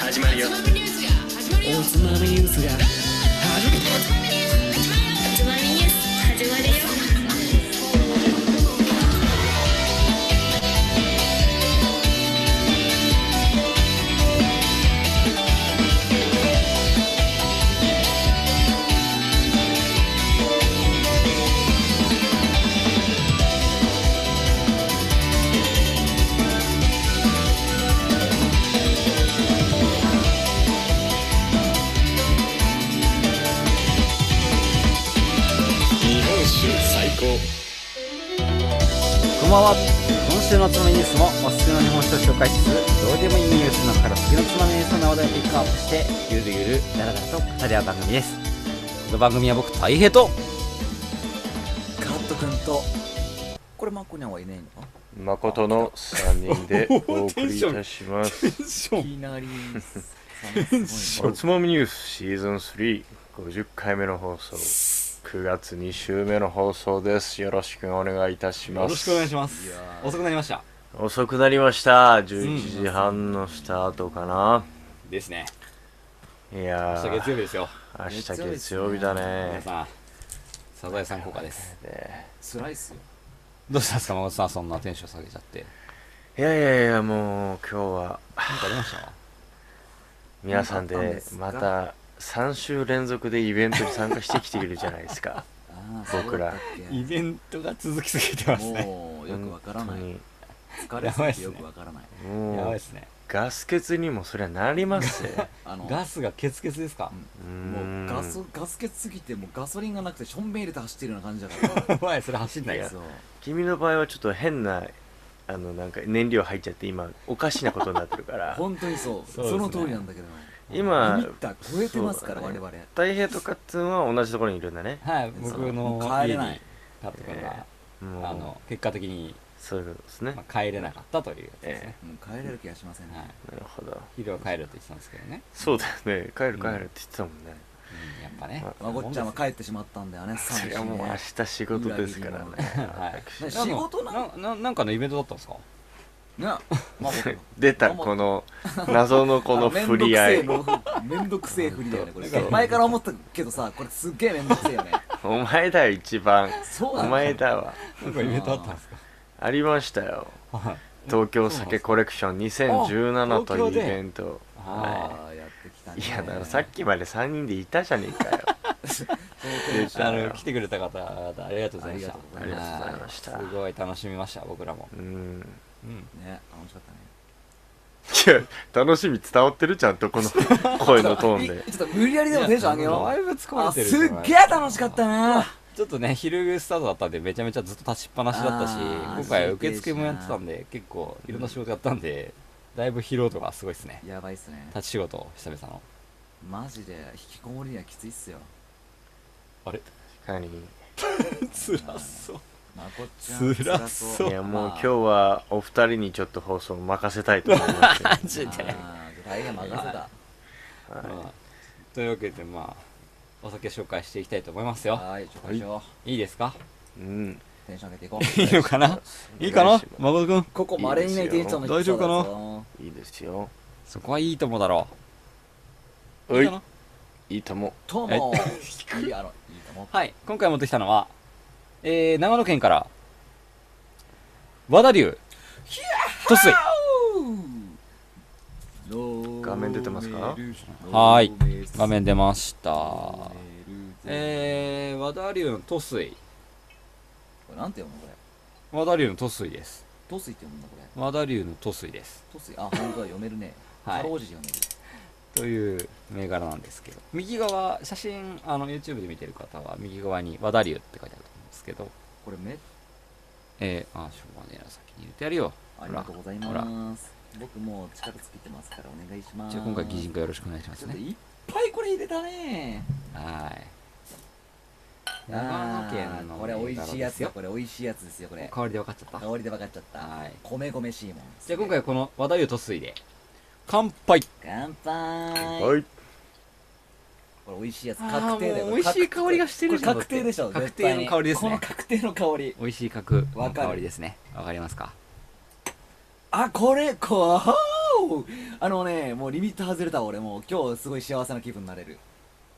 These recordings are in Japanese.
始まるよ。 おつまみニュースが始まるよ。 おつまみニュースが始まるよ。 おつまみニュース始まるよ。 日本酒最高。 こんばんは。今週のつまみニュースもおすすめの日本酒を紹介しつつ、どうでもいいニュースの中から次のつまみニュースの話題をピックアップしてゆるゆるだらだらと語り合う番組です。この番組は僕たい平とカット君とこれマコニャンはいないのか。 誠の3人でお送りいたします。 いきなりすごいおつまみニュースシーズン3、50回目の放送、9月2週目の放送です。よろしくお願いいたします。 よろしくお願いしますいや。 遅くなりました遅くなりました。11時半のスタートかな。 ですね。 いや明日ー、 月曜日ですよ。 明日月曜日だ皆ね。 さん、サザエさん効果です。 でスライスよ。 どうしたんですか、誠さん、そんなテンション下げちゃって。 いやいやいや、もう今日は何かありました皆さんでなんかあったんですかまた3週連続でイベントに参加してきているじゃないですか。 あ僕らイベントが続きすぎてますね。 もうよくわからない。 本疲れすぎてよくわからない。 当にもうやばいですね。 ガス欠にもそりゃなりますよ。 ガスがケツケツですかもうガス欠すぎてもうガソリンがなくてしょんべん入れて走ってるような感じだから前それ走んないよ。 そう君の場合はちょっと変ななんか燃料入っちゃって今おかしなことになってるから本当にそうそうですねその通りなんだけど今リミッター超えてますからそうだね我々 大平とカッツンは同じところにいるんだね。 はい、僕のもう帰れない家にカット君が、 もう結果的に、 そういうことですね。 帰れなかったというやつですね。 もう帰れる気がしませんはいね。 なるほど。 昼は帰ると言ってたんですけどね。 そうだよね。帰る帰るって言ってたもんね。 やっぱね。 まごっちゃんは帰ってしまったんで姉さんそりゃもう明日仕事ですからね。 はい。 ね仕事なんかのイベントだったんですかねま出たこの謎のこの振り合い。 めんどくせえ振りだよねこれそう前から思ったけどさこれすっげえめんどくせえよねお前だよ一番。おそうなの前だわ。 なんかイベントあったんですありましたよ。 かはい。 東京酒コレクション2017というイベント。 ああやってきたねいやだからさっきまで3人でいたじゃねえかよ。 来てくれた方々ありがとうございました。 ありがとうございましたはいすごい楽しみました、僕らも。 うん。 ね楽しかったねいや楽しみ伝わってるちゃんとこの声のトーンで。 ちょっと無理やりでもテンション上げよだいぶ疲うあれてる。 すっげえ楽しかったなちょっとね、昼スタートだったんで、めちゃめちゃずっと立ちっぱなしだったし、 あー今回受付もやってたんで、結構いろんな仕事やったんで、だいぶ疲労度がすごいですね。 やばいっすね立ち仕事、久々の。 マジで引きこもりにはきついっすよあれ確かに。 辛そう。 まこっちゃん辛そういやもう今日はお二人にちょっと放送を任せたいと思います。 マジで。 大変任せたまあというわけで、まあ、お酒紹介していきたいと思いますよ。 はい紹介しよいいですかうん。 うテンション上げていこいいのかないいかな誠くん。 うここまれにねテンションの低さだぞ大丈夫いいですよ。 そこはいいともだろう。 はいいかないいとも。 ともいいともはい、今回持ってきたのは、長野県から、和田流、と水。 画面出てますか？ はーい、画面出ました。和田流のと水。 これなんて読むのこれ和田流のと水です。 トスイって読むんだこれ和田流のと水です。 トスイあ本当だ読めるねはいかろうじて読めるという銘柄なんですけど、右側、写真、YouTube で見てる方は、右側に和田流って書いてあると思うんですけど、 これめしょうがねえな、先に入れてやるよ。 ありがとうございほらます僕もう力尽きてますからお願いしますじゃあ今回擬人化よろしくお願いしますね。 ちょっといっぱいこれ入れたねはい。長野県のこれ美味しいやつよよ。 これ美味しいやつですよこれ香りで分かっちゃった。 香りで分かっちゃったはい。 米米しいもんじゃあ今回この和田湯と水で乾杯。 乾杯はい。 これ美味しいやつあー確定だよもう美味しい香りがしてるじゃんこれ確定でしょ確定の香りですねこの確定の香り美味しい角のわかる香りですね。わかりますか？ あこれこ日もうリミット外れたわ俺。もう今日すごい幸せな気分になれる。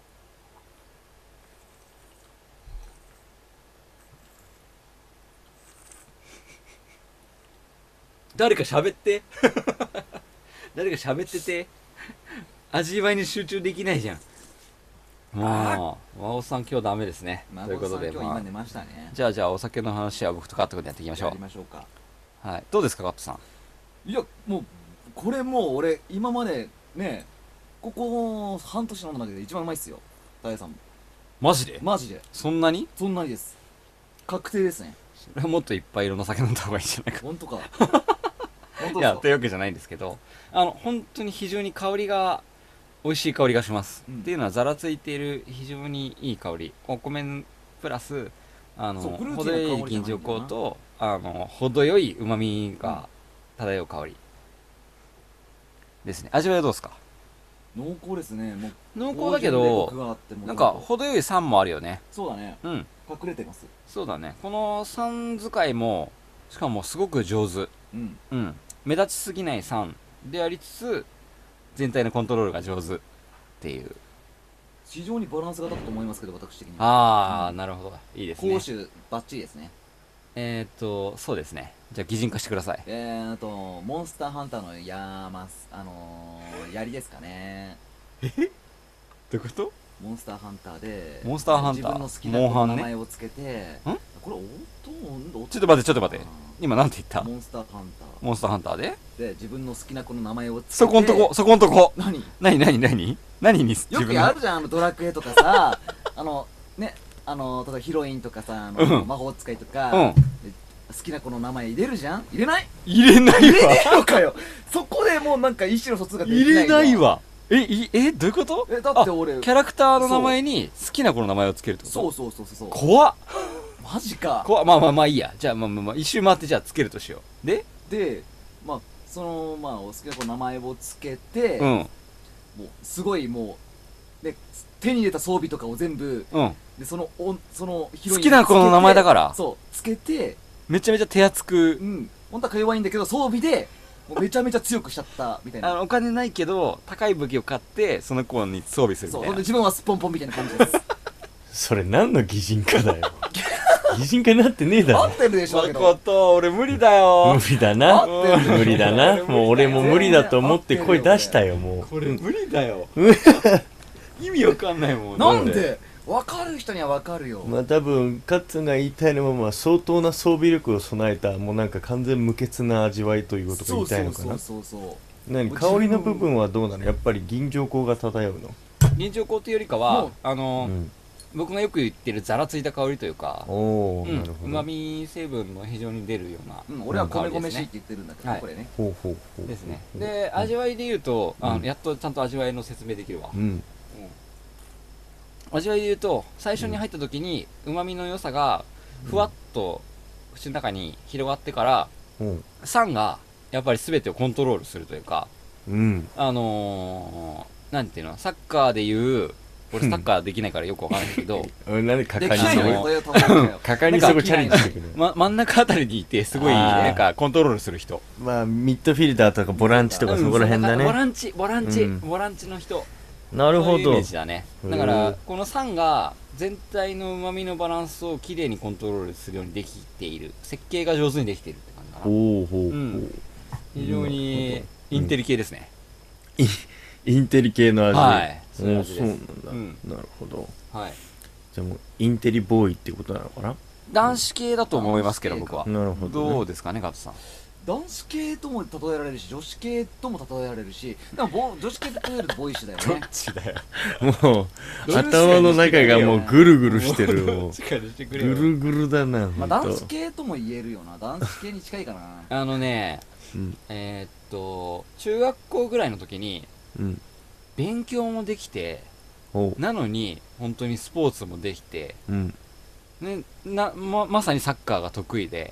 誰か喋って誰か喋ってて味わいに集中できないじゃん。もう和尾さん今日ダメですね。ということで今日今出ましたね。 じゃあお酒の話は僕とカット君でやっていきましょやりましょうか。 う。はい、どうですかカットさん。 いやもうこれもう俺今までねここ半年飲んだ中で一番うまいっすよ。大さんもマジでマジでそんなに？ そんなにです。確定ですね。 それはもっといっぱいいろんな酒飲んだ方がいいんじゃないか。 本当か本当いやというわけじゃないんですけど、本当に非常に香りが美味しい香りがします、っていうのはざらついている非常にいい香り、お米プラスそうフルーティーな香り程よい吟醸香と程よいうまみが漂う香りですね。味わいはどうですか？ 濃厚ですね。もう濃厚だけどコクがあってもなんか程よい酸もあるよね。 そうだね。 うん、 隠れてます。 そうだね。この酸使いもしかもすごく上手。 うん、 目立ちすぎない酸でありつつ全体のコントロールが上手っていう。 非常にバランスが立ったと思いますけど私的にああ、なるほど、いいですね。 攻守バッチリですね。 そうですね。じゃあ擬人化してください。 モンスターハンターの槍ですかね。 どういうこと？ モンスターハンターでモンスターハンター自分の好きな子の名前をつけて、これちょっと待って今なんて言った？ モンスターハンターモンスターハンターで自分の好きな子の名前をつけて、 そこんとこ何によくやるじゃん、ドラクエとかさね、例えばヒロインとかさ魔法使いとか、好きな子の名前入れるじゃん。入れないわ。 入れねえのかよ。そこでもうなんか意思の疎通ができない。 入れないわ。どういうこと？ だって俺キャラクターの名前に好きな子の名前をつけるってこと？ そう怖っ。 マジか。 まあいいや。じゃあまあ一周回ってじゃあつけるとしよう。でお好きな子の名前をつけて、もうすごいもうで手に入れた装備とかを全部、でそのヒロイン好きな子の名前だからつけて、 めちゃめちゃ手厚く、 本当はか弱いんだけど装備でもうめちゃめちゃ強くしちゃったみたいな。 お金ないけど高い武器を買ってその子に装備するみたいな。 そうで自分はスポンポンみたいな感じです。 それ何の擬人化だよ。擬人化になってねえだろ。 合ってるでしょ。 誠、俺無理だよ。 無理だな。無理だな。もう俺も無理だと思って声出したよ。もうこれ無理だよ。意味わかんないもん。 なんで分かる人には分かるよ。 まあ多分カッツンが言いたいのは相当な装備力を備えたもうなんか完全無欠な味わいということが言いたいのかな。何香りの部分はどうなの？やっぱり吟醸香が漂うの？ 吟醸香というよりかは僕がよく言ってるざらついた香りというか、うまみ成分の非常に出るような、 俺は米米しいって言ってるんだけど、これねですね。で味わいで言うとやっとちゃんと味わいの説明できるわ。味わいで言うと最初に入った時にうまみの良さがふわっと口の中に広がってから酸がやっぱり全てをコントロールするというか、なんていうの、サッカーでいう俺サッカーできないからよくわかんないけどなんで果敢にそこチャレンジしてくる。 真ん中あたりにいてすごいなんかコントロールする人、 まあミッドフィルダーとかボランチとかそこら辺だね。 ボランチの人。 なるほど。 そういうイメージだね。だからこの酸が全体の旨味のバランスをきれいにコントロールするようにできている、設計が上手にできているって感じかな。非常にインテリ系ですね。 インテリ系の味。 はい。 そうなんだ。なるほど。 はい。 じゃあもうインテリボーイってことなのかな。 男子系だと思いますけど僕は。 なるほど。 どうですかねガトさん。 男子系とも例えられるし女子系とも例えられるし、でも女子系と例えるとボーイッシュだよね。 どっちだよ。 もう頭の中がもうぐるぐるしてる。もうぐるぐるだな。 まあ男子系とも言えるよな。男子系に近いかな。 中学校ぐらいの時に勉強もできて、なのに本当にスポーツもできて、まさにサッカーが得意で、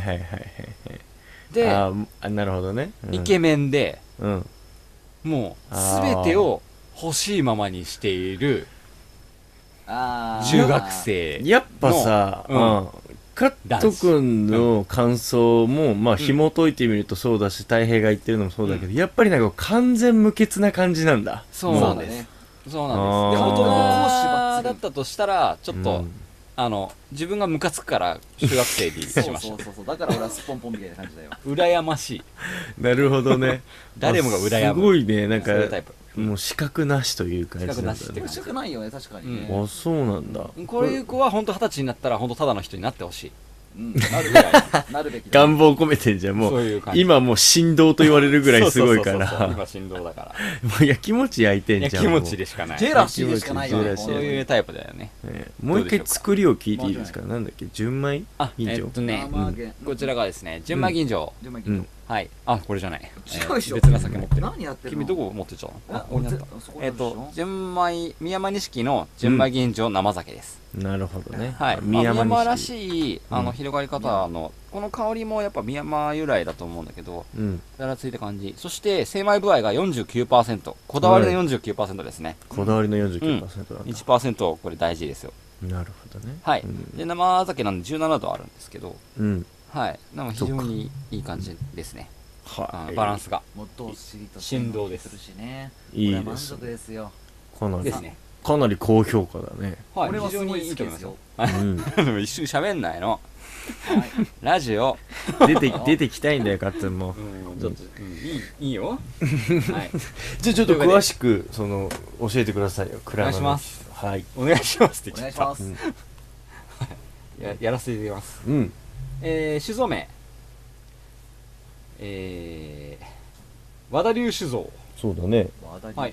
で、 なるほどね。 イケメンで、もう全てを欲しいままにしている中学生。 やっぱさ、 カット君の感想も、まあ紐解いてみるとそうだし、太平が言ってるのもそうだけど、やっぱりなんか完全無欠な感じなんだ。 そうなんです。そうなんです。で、大人だったとしたらちょっと、自分がムカつくから中学生にしました。 そうだから俺はスポンポンみたいな感じだよ。 羨ましい。 なるほどね。 誰もが羨む。 すごいね、なんかもう資格なしという感じなんだね。 資格ないよね、確かにね。 あ、そうなんだ。 こういう子は本当20歳になったら本当ただの人になってほしい。 なるべき。 願望込めてんじゃん、もう今もう振動と言われるぐらいすごいから。 今振動だから。 もうやきもち焼いてんじゃん。 やきもちでしかない。 ジェラシーでしかないよね。 そういうタイプだよね。 もう一回作りを聞いていいですか。なんだっけ、純米吟醸。こちらがですね、純米吟醸。はい。あ、これじゃない。 違うでしょ。 別な酒持ってる。 何やってるの？ 君どこ持ってっちゃうの？俺にあった。純米、宮山錦の純米吟醸生酒です。 なるほどね。 はい。宮山らしい広がり方のこの香りもやっぱ宮山由来だと思うんだけど、ざらついた感じ。そして精米部合が 49%、こだわりの 49% ですね。 こだわりの 49% なんだ。 1% これ大事ですよ。 なるほどね。 はい。で生酒なんで17度あるんですけど、はい。なんか非常にいい感じですね。バランスが。 もっとしりと振動です。 いいです。 満足ですよ。 かなり高評価だね。 はい。非常にいいと思いますよ。一瞬喋んないの。ラジオ出てきたいんだよ、カッツンも。 ちょっといいよ。はい。 じゃあちょっと詳しく教えてくださいよ。 お願いします。 はい。 お願いしますってお願いします。 やらせていただきます。酒造名和田流酒造。 そうだね。 はい。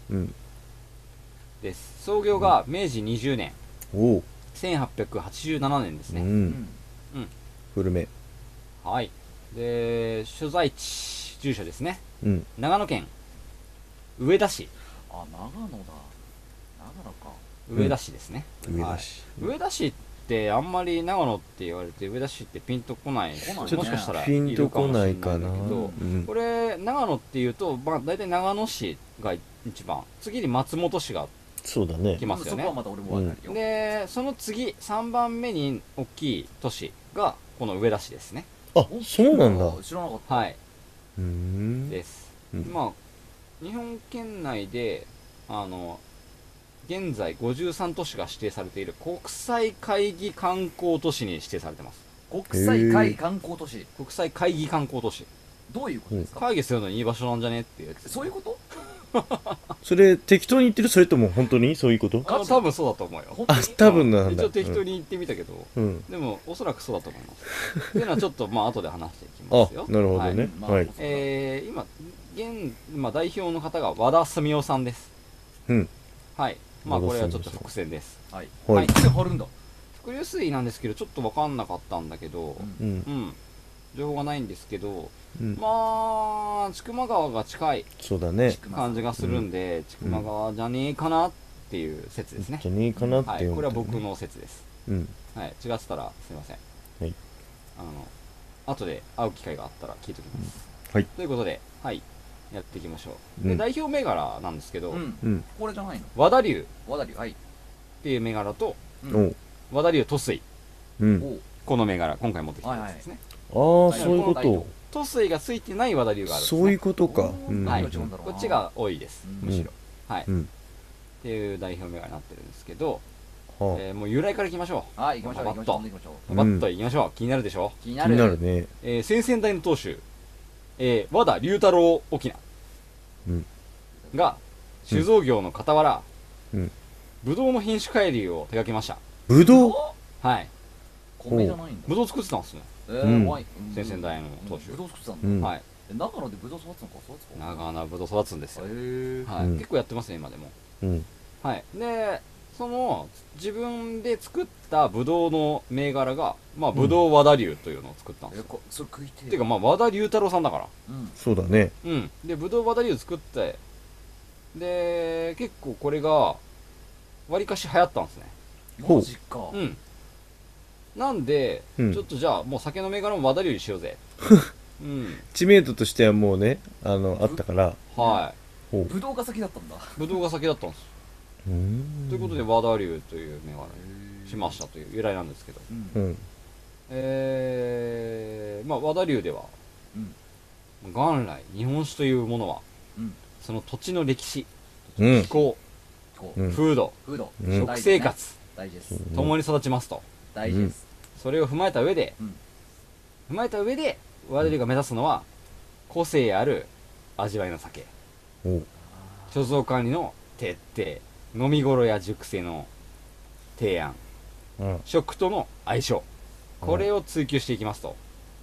です。創業が明治20年。1887年ですね。 古め。 はい。で、所在地、住所ですね。長野県上田市。 あ、長野だ。長野か。 上田市ですね。 上田市ってあんまり長野って言われて上田市ってピンとこない。もしかしたらピンとこないかな。 これ長野っていうと、まあ大体長野市が一番。次に松本市がそうだね。 来ますよね。 そこはまた俺もわかるよ。 で、その次3番目に大きい都市がこの上田市ですね。 あ、そうなんだ。 知らなかった。 はい。です。まあ日本県内で現在53都市が指定されている国際会議観光都市に指定されてます。 国際会議観光都市。 国際会議観光都市。 どういうことですか？ 会議するのにいい場所なんじゃねっていうやつ。 そういうこと？ それ適当に言ってる？それとも本当にそういうこと？ 多分そうだと思うよ。 あ、多分なんだ。 一応適当に言ってみたけど、でもおそらくそうだと思います。っていうのはちょっとまあ後で話していきますよ。 なるほどね。はい。 今代表の方が和田澄夫さんです。はい。まあこれはちょっと伏線です。 はい。はい。貼るんだ。 伏流水なんですけどちょっと分かんなかったんだけど、情報がないんですけど、まあ千曲川が近い感じがするんで、千曲川じゃねえかなっていう説ですね。 じゃねえかなっていう。 これは僕の説です。はい。違ってたらすみません。はい。後で会う機会があったら聞いておきます。はい。ということで、はい。やっていきましょう。で、代表銘柄なんですけど、 これじゃないの？ 和田流。 和田流、はい。 っていう銘柄と、和田流渡水。この銘柄、今回持ってきたやつですね。 ああ、そういうこと。 渡水がついてない和田流があるんですね。 そういうことか。 はい。こっちが多いです。むしろ。はい。っていう代表銘柄になってるんですけど、もう由来からいきましょう。 はい、行きましょう。 バッといきましょう。気になるでしょ？ 気になるね。 先々代の当主、和田龍太郎翁が酒造業の傍ら、ブドウの品種改良を手掛けました。 ブドウ？ はい。米じゃないんだ。 ブドウ作ってたんですね。先々代の当主。 ブドウ作ってたんだ。 はい。 長野でブドウ育つのか？ 長野ブドウ育つんですよ。はい。結構やってますね今でも。はい。で、その自分で作ったブドウの銘柄がまあブドウ和田流というのを作ったんですよ。 それ食いてえ。 っていうかまあ和田龍太郎さんだから。 そうだね。 でブドウ和田流作って、で結構これがわりかし流行ったんですね。 マジか。 なんでちょっとじゃあもう酒の銘柄も和田流にしようぜ。 知名度としてはもうねあったから。 はい。 ブドウが先だったんだ。 ブドウが先だったんです。ということで和田流という銘柄にしましたという由来なんですけど。 まあ和田流では、元来日本酒というものは、その土地の歴史、気候、風土、食生活ともに育ちますと。 大事です。 それを踏まえた上で和田流が目指すのは個性ある味わいの酒、貯蔵管理の徹底、飲み頃や熟成の提案、食との相性、これを追求していきますと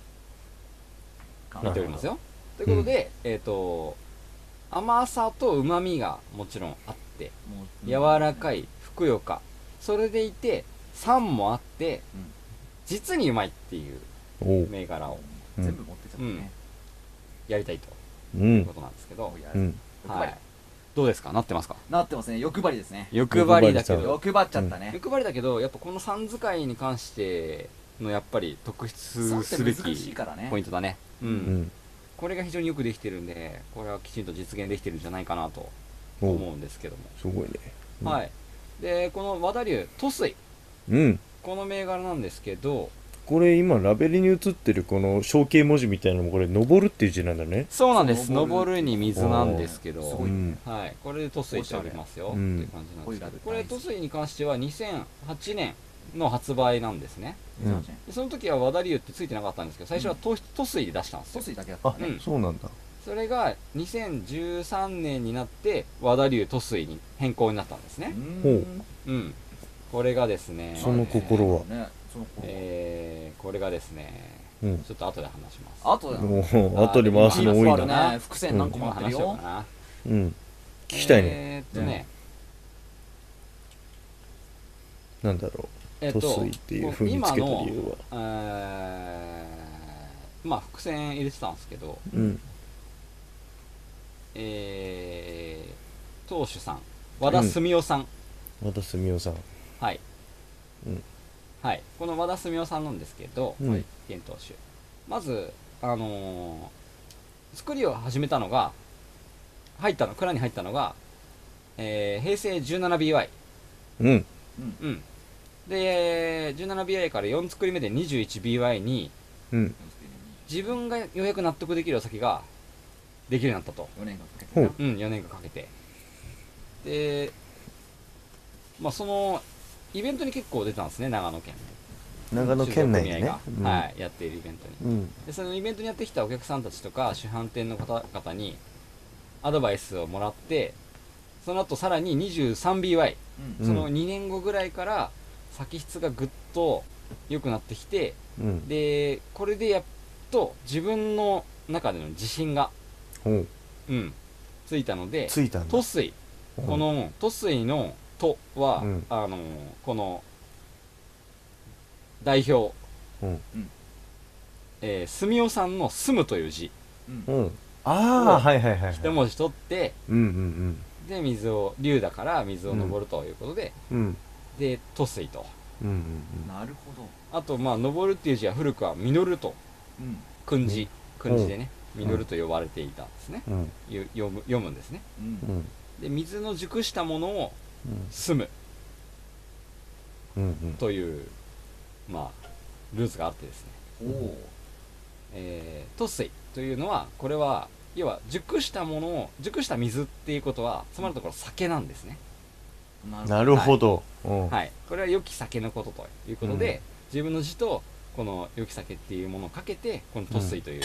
言っておりますよ。ということで、甘さとうまみがもちろんあって、柔らかいふくよか、それでいて酸もあって、実にうまいっていう銘柄を全部持ってちゃってね、 やりたいということなんですけど、はい、どうですか？なってますか？ なってますね。欲張りですね。 欲張りだけど、 欲張っちゃったね。 欲張りだけど、やっぱこのさん使いに関してのやっぱり特筆すべきポイントだね。これが非常によくできてるんで、これはきちんと実現できてるんじゃないかなと思うんですけども。 すごいね。 はい。で、この和田流都水、この銘柄なんですけど、 これ今ラベルに映ってるこの象形文字みたいなのもこれ登るっていう字なんだね。 そうなんです。登るに水なんですけど、はい、これで都水ってありますよっていう感じなんですけど、これ都水に関しては2008年の発売なんですね。その時は和田流ってついてなかったんですけど、最初は都水で出したんですよ。 都水だけだったね。 そうなんだ。 それが2013年になって和田流都水に変更になったんですね。これがですね、 その心はこれがですね、ちょっと後で話します。 後で回すの多いな。 伏線何個もあってるよ。 聞きたいね。なんだろう、都水っていう風につけた理由は。まあ伏線入れてたんですけど、当主さん、和田澄夫さん。 和田澄夫さん。 はい。はい、この和田澄夫さんなんですけど、現当主、まず作りを始めたのが蔵に入ったのが、平成 17BY、で 17BY から4作り目で 21BY に、自分がようやく納得できるお酒ができるようになったと。4年間かけて、4年間かけて、でまあそのイベントに結構出たんですね、長野県内でね、やっているイベントに、でそのイベントにやってきたお客さんたちとか主販店の方々にアドバイスをもらって、その後さらに 23BY、その2年後ぐらいから先質がぐっと良くなってきて、でこれでやっと自分の中での自信がついたので、都水、この都水のとは、この代表、澄夫さんの澄むという字、一文字取って、で水を龍だから水を登るということで、で都水と、 なるほど。 あとまあ登るっていう字は古くは実ると、訓字でね、実ると呼ばれていたんですね、読むんですね。で水の熟したものを住むというまあルーツがあってですね、都水というのは、これは要は熟した水っていうことはつまるところ酒なんですね。 なるほど。 はい、これは良き酒のことということで、自分の字とこの良き酒っていうものをかけて、この都水という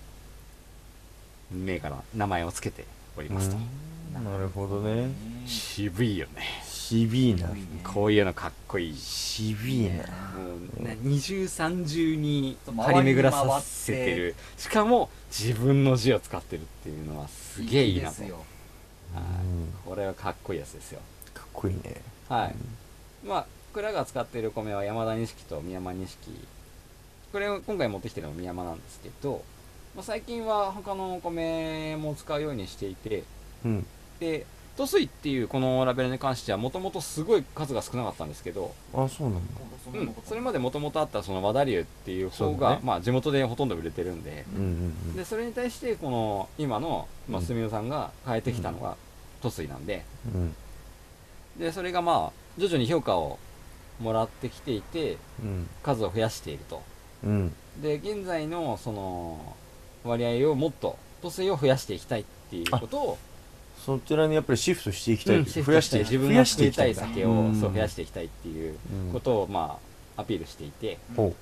銘柄名前をつけておりますと。 なるほどね。 渋いよね。 渋いな。 こういうのかっこいい。 渋いな。もう二重三重に張り巡らさせてる。しかも自分の字を使ってるっていうのはすげえいいなと。これはかっこいいやつですよ。 かっこいいね。 はい。まあ蔵が使っている米は山田錦と宮山錦。これを今回持ってきてるのは宮山なんですけど、まあ、最近は他のお米も使うようにしていて、で都水っていうこのラベルに関してはもともとすごい数が少なかったんですけど、 そうなんだ。 それまでもともとあったその和田流っていう方が、まあ地元でほとんど売れてるんで、でそれに対してこの今の澄夫さんが変えてきたのが都水なんで、でそれがまあ徐々に評価をもらってきていて、数を増やしているとで現在のその割合をもっと度数を増やしていきたいっていうことをそちらにやっぱりシフトしていきたい、 増やして自分が作りたい酒をそう増やしていきたいっていうことをまあアピールしていて、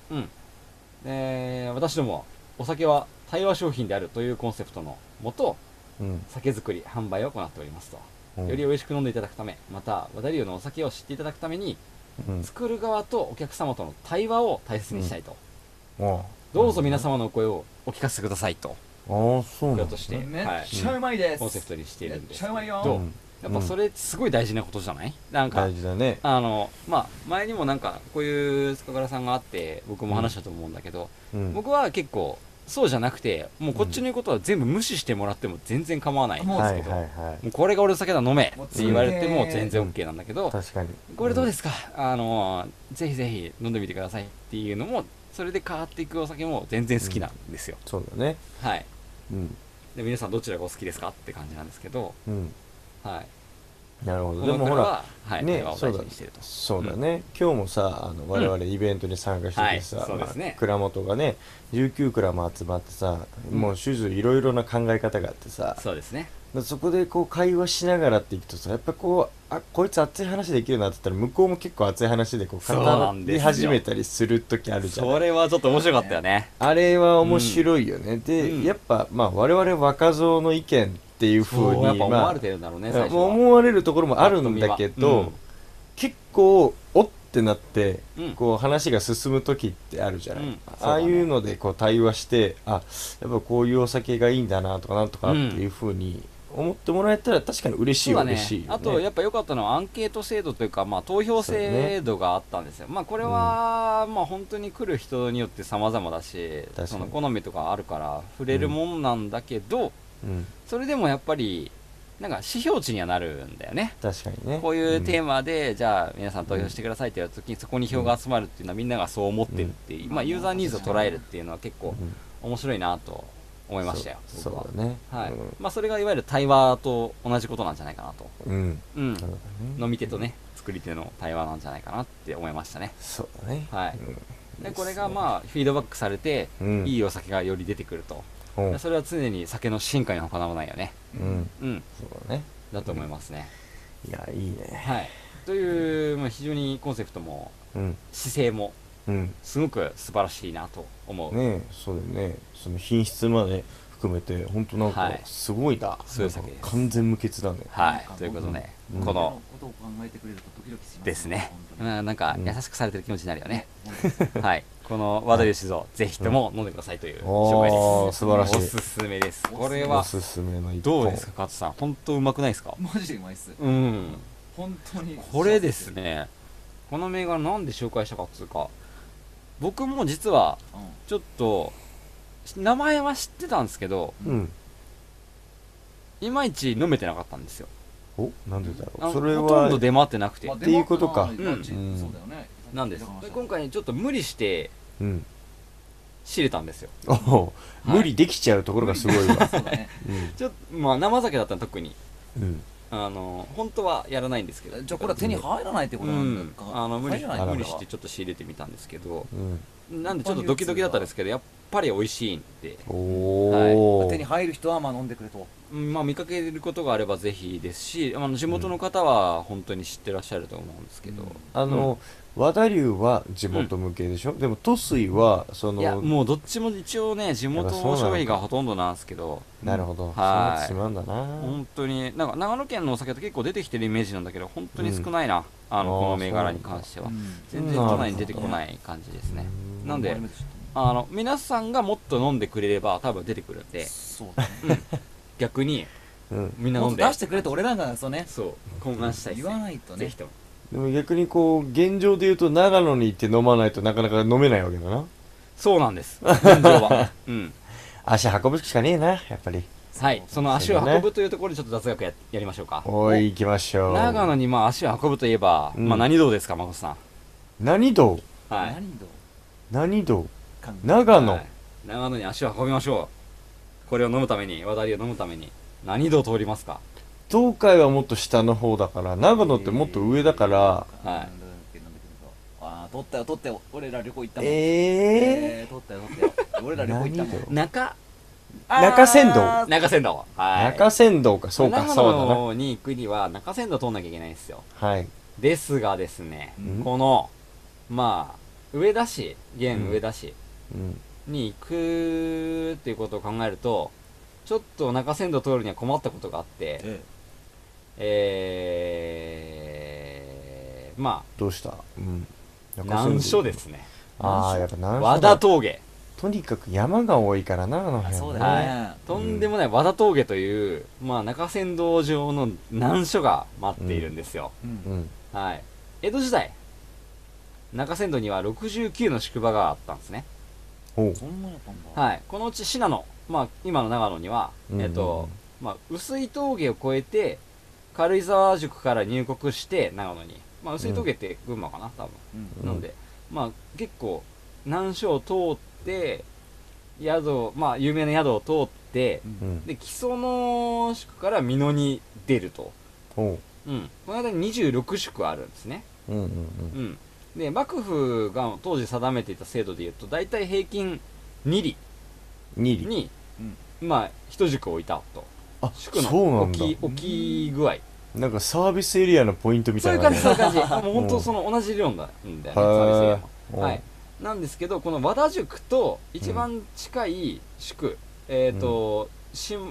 で私どもお酒は対話商品であるというコンセプトのもと、酒造り販売を行っておりますと、より美味しく飲んでいただくため、また和田流のお酒を知っていただくために、作る側とお客様との対話を大切にしたいと、どうぞ皆様のお声をお聞かせくださいと、 そうなんとしてめっちゃうまいです、 コンセプトにしているんですけど、 めっちゃうまいよ、 やっぱそれすごい大事なことじゃない？なんか大事だね。 まあ前にもなんかこういう塚倉さんがあって僕も話したと思うんだけど、僕は結構そうじゃなくて、もうこっちの言うことは全部無視してもらっても全然構わないんですけど、もうこれが俺の酒だ飲めって言われても全然 OK なんだけど、 確かにこれどうですか、ぜひぜひ飲んでみてくださいっていうのも、それで変わっていくお酒も全然好きなんですよ。 そうだね。 はい。で皆さんどちらがお好きですかって感じなんですけど、はい。 なるほど。でもほら、 ね、 そうだね。今日もさ、我々イベントに参加しててさ、蔵元がね、19蔵も集まってさ、もう種類いろいろな考え方があってさ、 そうですね。 そこでこう会話しながらっていくとさ、やっぱこう、こいつ熱い話できるなって言ったら、向こうも結構熱い話でこう語り始めたりする時あるじゃん。 それはちょっと面白かったよね。 あれは面白いよね。で、やっぱまあ我々若造の意見っていう風に思われてるんだろうね、最初は。 思われるところもあるんだけど、結構おってなってこう話が進む時ってあるじゃない。ああいうのでこう対話して、やっぱこういうお酒がいいんだなとかなんとかっていう風に思ってもらえたら確かに嬉しいは嬉しいよね。 あとやっぱ良かったのはアンケート制度というか、まあ投票制度があったんですよ。まあこれはまあ本当に来る人によって様々だし、その好みとかあるから触れるもんなんだけど、それでもやっぱりなんか指標値にはなるんだよね。 確かにね。 こういうテーマで、じゃあ皆さん投票してくださいって言われた時にそこに票が集まるっていうのはみんながそう思ってるっていう、まあユーザーニーズを捉えるっていうのは結構面白いなと思いましたよ。 そうだね。 はい。まあそれがいわゆる対話と同じことなんじゃないかなと。飲み手とね、作り手の対話なんじゃないかなって思いましたね。 そうだね。 はい。でこれがまあフィードバックされて、いいお酒がより出てくると。それは常に酒の進化に他ならないよね。 そうだね。 だと思いますね。 いや、いいね。 はい。という、まあ非常にコンセプトも姿勢もすごく素晴らしいなと思う。 ね、そうだよね。その品質まで含めて本当なんかすごいな。 そういう酒です。 完全無欠だね。 はい。ということで、このですね。なんか優しくされてる気持ちになるよね。はい。この和田酒造ぜひとも飲んでくださいという紹介です。 素晴らしい。 おすすめです。これはおすすめの一本。 どうですか、勝さん。本当うまくないですか？ マジでうまいっす。本当に。 これですね。この銘柄なんで紹介したかっつうか、僕も実はちょっと名前は知ってたんですけど、いまいち飲めてなかったんですよ。 なんでだろう。それはほとんど出回ってなくてっていうことか。 そうだよね。 なんです。今回ちょっと無理して仕入れたんですよ。 無理できちゃうところがすごいわ。 ちょっとまあ生酒だったら特に本当はやらないんですけど、 じゃあこれは手に入らないってことなんだか。 無理してちょっと仕入れてみたんですけど、なんでちょっとドキドキだったんですけど、やっぱり美味しいんで、 手に入る人はまあ飲んでくれと。 まあ見かけることがあればぜひですし、地元の方は本当に知ってらっしゃると思うんですけど、 和田流は地元向けでしょ。でも都水はその、 いやもうどっちも一応ね地元の消費がほとんどなんですけど。 なるほど。はい。そうなんだな。 本当になんか長野県のお酒って結構出てきてるイメージなんだけど、本当に少ないな。この銘柄に関しては全然都内に出てこない感じですね。なんで皆さんがもっと飲んでくれれば多分出てくるんで、逆にみんな飲んで出してくれと俺らがそう懇願したい言わないとね。 ぜひとも。 でも逆にこう現状で言うと長野に行って飲まないとなかなか飲めないわけだな。 そうなんです。現状は。 足運ぶしかねえな、やっぱり。 はい、その足を運ぶというところでちょっと雑学やりましょうか。 行きましょう。 長野にまあ足を運ぶといえば、何道ですか、誠さん。 何道？ はい。 何道？長野。 長野に足を運びましょう。これを飲むために、和田流を飲むために何道を通りますか？ 東海はもっと下の方だから、長野ってもっと上だから、 取ったよ俺ら旅行行ったもん取ったよ俺ら旅行行ったもん中山道はい中山道かそうか長そうだな野に行くには中山道通んなきゃいけないんですよはいですがですねうんこのまあ上田市現上田市うんに行くっていうことを考えるとちょっと中山道通るには困ったことがあってまどうしたうんあ難所ですねああやっぱ難所和田峠とにかく山が多いからなあの辺そうだはよねとんでもない和田峠というまあ中山道上の難所が待っているんですよ、 うんはい江戸時代中山道には69の宿場があったんですねほうそんなやったんだはいこのうち信濃まあ今の長野にはうんうんうんまあ碓氷峠を越えて軽井沢宿から入国して長野にまあ碓氷峠って群馬かな多分、 うんなのでまあ結構難所を通って宿まあ有名な宿を通ってうんで木曽の宿から美濃に出ると、 ほこの間に26宿あるんですね、 ううんうんで幕府が当時定めていた制度でいうと大体平均2里 2里に、まあ一宿置いたとあ宿そうなんだの置き具合なんかサービスエリアのポイントみたいなねそういう感じもう本当その同じ量なんだよねサービスエリアもはいなんですけどこの和田宿と一番近い宿、下諏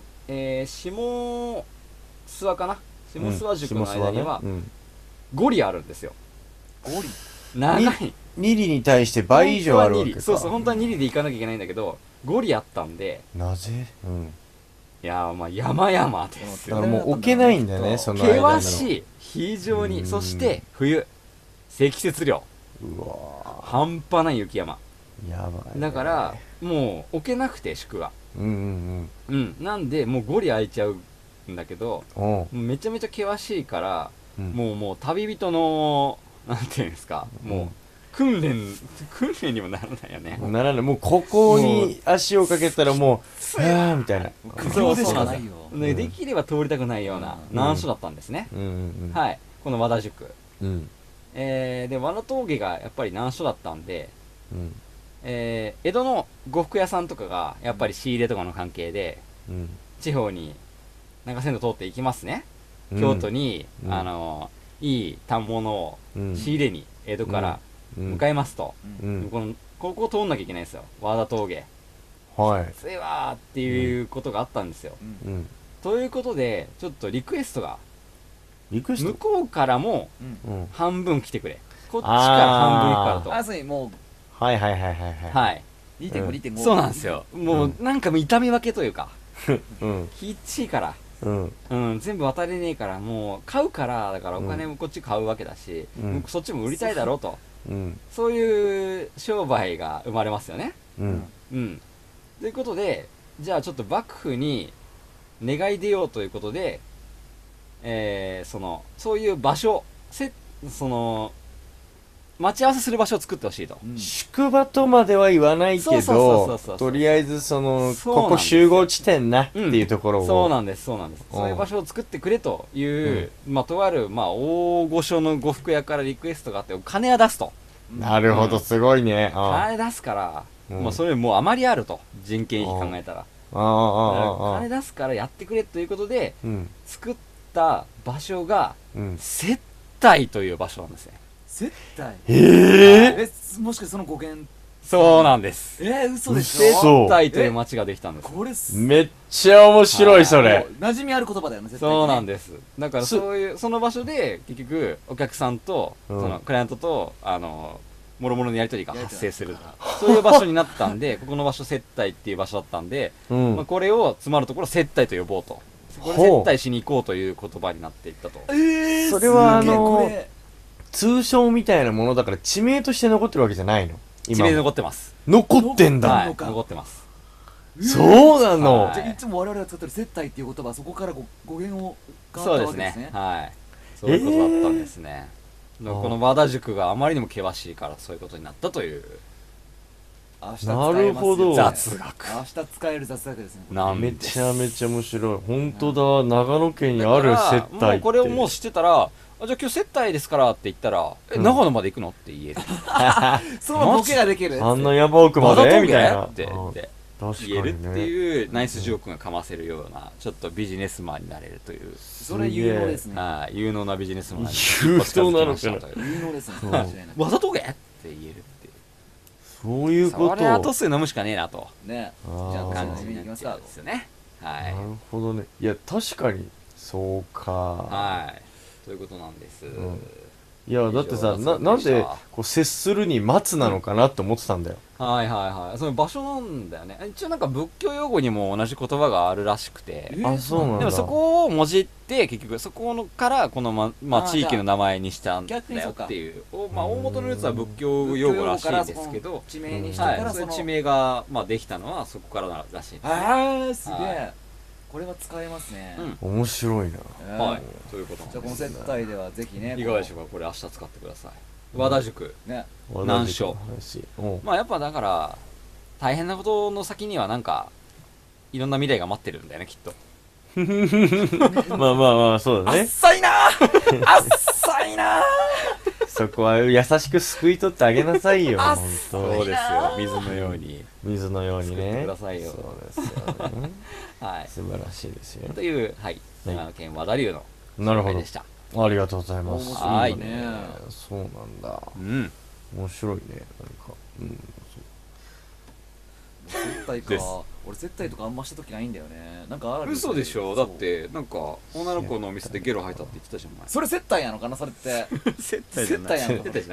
訪かな下諏訪宿の間には5里あるんですよゴリ長い 2里に対して倍以上あるわけかそうそう本当は2里で行かなきゃいけないんだけど5里あったんでなぜいやーまあ山々ですよだからもう置けないんだねその間の険しい非常にそして冬積雪量うわ半端ない雪山やばいねだからもう置けなくて宿がうんうんなんでもう5里空いちゃうんだけどうんおうめちゃめちゃ険しいから、 うんもう旅人のなんていうんですかもう訓練にもならないよねならないもうここに足をかけたらもうはぁみたいな苦行でしかないよねできれば通りたくないような難所だったんですね、 うんはいこの和田宿うんで和田峠がやっぱり難所だったんで、 うん江戸の呉服屋さんとかがやっぱり仕入れとかの関係でうん地方に中山道通っていきますね、京都に、いい反物を仕入れに江戸から向かいますと、ここを通んなきゃいけないんですよ和田峠はいついわーっていうことがあったんですよ、ということでちょっとリクエストが向こうからも半分来てくれこっちから半分行くからとあそうにもうはいはい 2.5 そうなんですよもうなんかもう痛み分けというかうんきっちいからうん全部渡れねえからもう買うからだからお金もこっち買うわけだし、そっちも売りたいだろうと、そういう商売が生まれますよねということでじゃあちょっと幕府に願い出ようということでそういう場所待ち合わせする場所を作ってほしいと、 宿場とまでは言わないけどとりあえずここ集合地点なっていうところをそうなんですそういう場所を作ってくれという、とある大御所の呉服屋からリクエストがあって金は出すとなるほどすごいね金出すからそれもうあまりあると人件費考えたら金出すからやってくれということで作った場所が接待という場所なんですね接待もしかしてその語源そうなんです嘘でし接ょ待という町ができたんですこれめっちゃ面白いそれ馴染みある言葉だよねそうなんですだからそういうその場所で結局お客さんとそのクライアントともろもろのやり取りが発生するそういう場所になったんでここの場所接待っていう場所だったんでこれをつまるところ接待と呼ぼうとこれ接待しに行こうという言葉になっていったとそれは通称みたいなものだから地名として残ってるわけじゃないの地名で残ってます残ってんだ残ってますそうなのじゃあいつも我々が使ってる接待っていう言葉はそこから語源をそうですねはいそういうことだったんですねこの和田塾があまりにも険しいからそういうことになったというなるほど雑学明日使える雑学ですねめちゃめちゃ面白い本当だ長野県にある接待ってこれをもう知ってたらあ、じゃあ今日接待ですからって言ったら、長野まで行くのって言える。 そのボケができる。 あんな山奥までみたいな。 って言えるっていうナイスジョークがかませるような、ちょっとビジネスマンになれるという。 それ有能ですね。 はい、有能なビジネスマンに有能なのかな。 有能ですね。 わざとげって言えるっていう。 そういうこと。 それはトス飲むしかねえなと。 ね。じゃあ感じにいきますか。 ですよね。はい。 なるほどね。いや確かにそうか。 はい。ということなんです。 いやだってさ、なんでこう接するに待つなのかなって思ってたんだよ。 はいはいはい。その場所なんだよね。一応なんか仏教用語にも同じ言葉があるらしくて。 あ、そうなんだ。 でもそこをもじって結局そこからこの地域の名前にしたんだよっていう。大元のやつは仏教用語らしいんですけど、 地名にしたからその地名ができたのはそこかららしい。 ああすげえ。これは使えますね。 面白いな。 はい。ということなんです。 じゃあこの接待ではぜひね。 いかがでしょうか。これ明日使ってください。和田塾ね、難所。やっぱだから大変なことの先にはなんかいろんな未来が待ってるんだよねきっと。 まあそうだね。 浅いな浅いなそこは優しくすくい取ってあげなさいよ。本当。 そうですよ。水のように。 水のようにね。 くださいよ。 そうですよね。 はい。 素晴らしいですよ。 という長野県和田流の紹介でした。 ありがとうございます。 はい。 そうなんだ。面白いね。 接待か。俺接待とかあんました時ないんだよね。なんかある。 嘘でしょ。だってなんか女の子のお店でゲロ吐いたって言ってたじゃん。 それ接待やのかなそれって。 接待じゃない。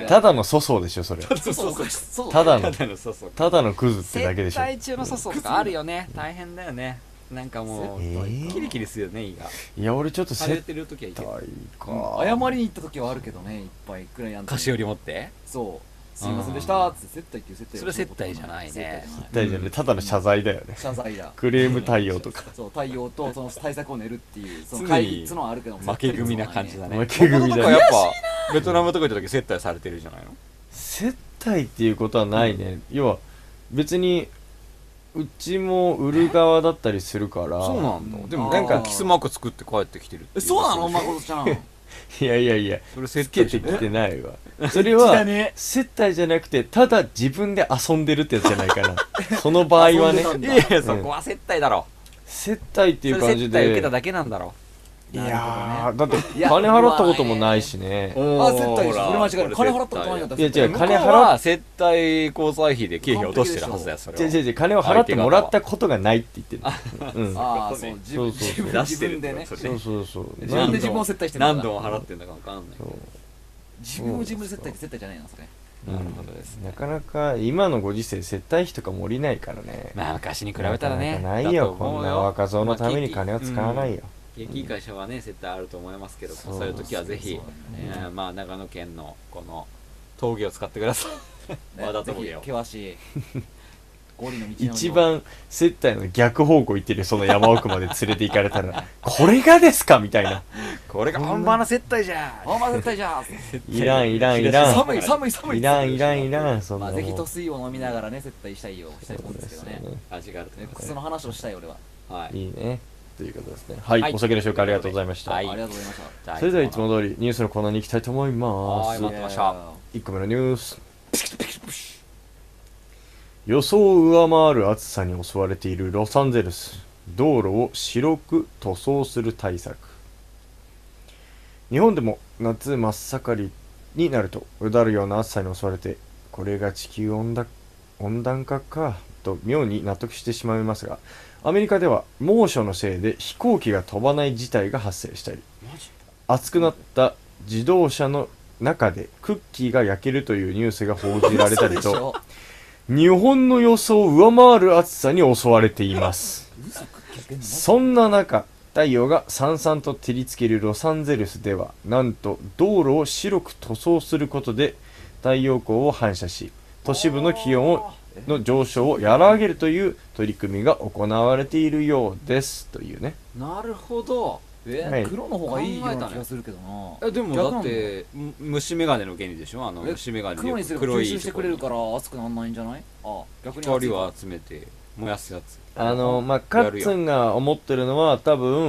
ただの粗相でしょそれ。ただのクズってだけでしょ。 接待中の粗相とかあるよね。大変だよね。なんかもうキリキリするよね。胃が。 いや俺ちょっと接待か。 謝りに行った時はあるけどね。いっぱいくらいやん。 菓子折り持って。 そう。すいませんでしたって接待っていう接待。 それ接待じゃないね。 接待じゃない。ただの謝罪だよね。 謝罪だ。 クレーム対応とか。 そう対応とその対策を練るっていうその会議のあるけど負け組な感じだね。 負け組だね。 やっぱベトナムとか行った時接待されてるじゃないの。 接待っていうことはないね。要は別にうちも売る側だったりするから。 そうなんだ。でもなんかキスマーク作って帰ってきてる。 そうなの誠ちゃん。 いやそれ接待つけてきてないわ。それは接待じゃなくてただ自分で遊んでるってやつじゃないかな。その場合はね。 いやそこは接待だろ。 接待っていう感じで接待受けただけなんだろ。 いやだって金払ったこともないしね。 あ、接待でしょ。それ間違いない。金払ったことないんだったら。 いや違う、金払接待交際費で経費を落としてるはずだよ。それは違う金を払ってもらったことがないって言ってる。 ああ、そう自分でね。 そう自分で自分を接待してる。 何度も払ってんだか分かんない。 自分を自分で接待って接待じゃないなそれ。 なるほどですね。 なかなか今のご時世接待費とかも降りないからね。 まあ昔に比べたらね。 ないよ、こんな若造のために金は使わないよ。 景気いい会社はね接待あると思いますけど、そういう時はぜひ長野県のこの峠を使ってください。和田峠を。 険しい一番接待の逆方向行ってるその山奥まで連れて行かれたらこれがですかみたいな。 これが本場の接待じゃん。 本場接待じゃん。 いらん寒いいらん。そんなぜひと水を飲みながらね接待したいと思うんですけどね。 味があるとね。 その話をしたい俺は。 いいねということですね。はい、お酒の紹介ありがとうございました。 ありがとうございました。 それではいつも通りニュースのコーナーに行きたいと思います。 待ってました。 1個目のニュース。予想を上回る暑さに襲われているロサンゼルス。道路を白く塗装する対策。日本でも夏真っ盛りになるとうだるような暑さに襲われて、これが地球温暖化かと妙に納得してしまいますが、アメリカでは猛暑のせいで飛行機が飛ばない事態が発生したり、熱くなった自動車の中でクッキーが焼けるというニュースが報じられたりと日本の予想を上回る暑さに襲われています。そんな中、太陽がさんさんと照りつけるロサンゼルスでは、なんと道路を白く塗装することで太陽光を反射し、都市部の気温の上昇を和らげるという取り組みが行われているようですというね。 なるほど。 黒の方がいいような気がするけどな。 でもだって虫眼鏡の原理でしょ。虫眼鏡黒にすれば吸収してくれるから熱くならないんじゃない？ 逆に光を集めて燃やすやつ。 カッツンが思ってるのは多分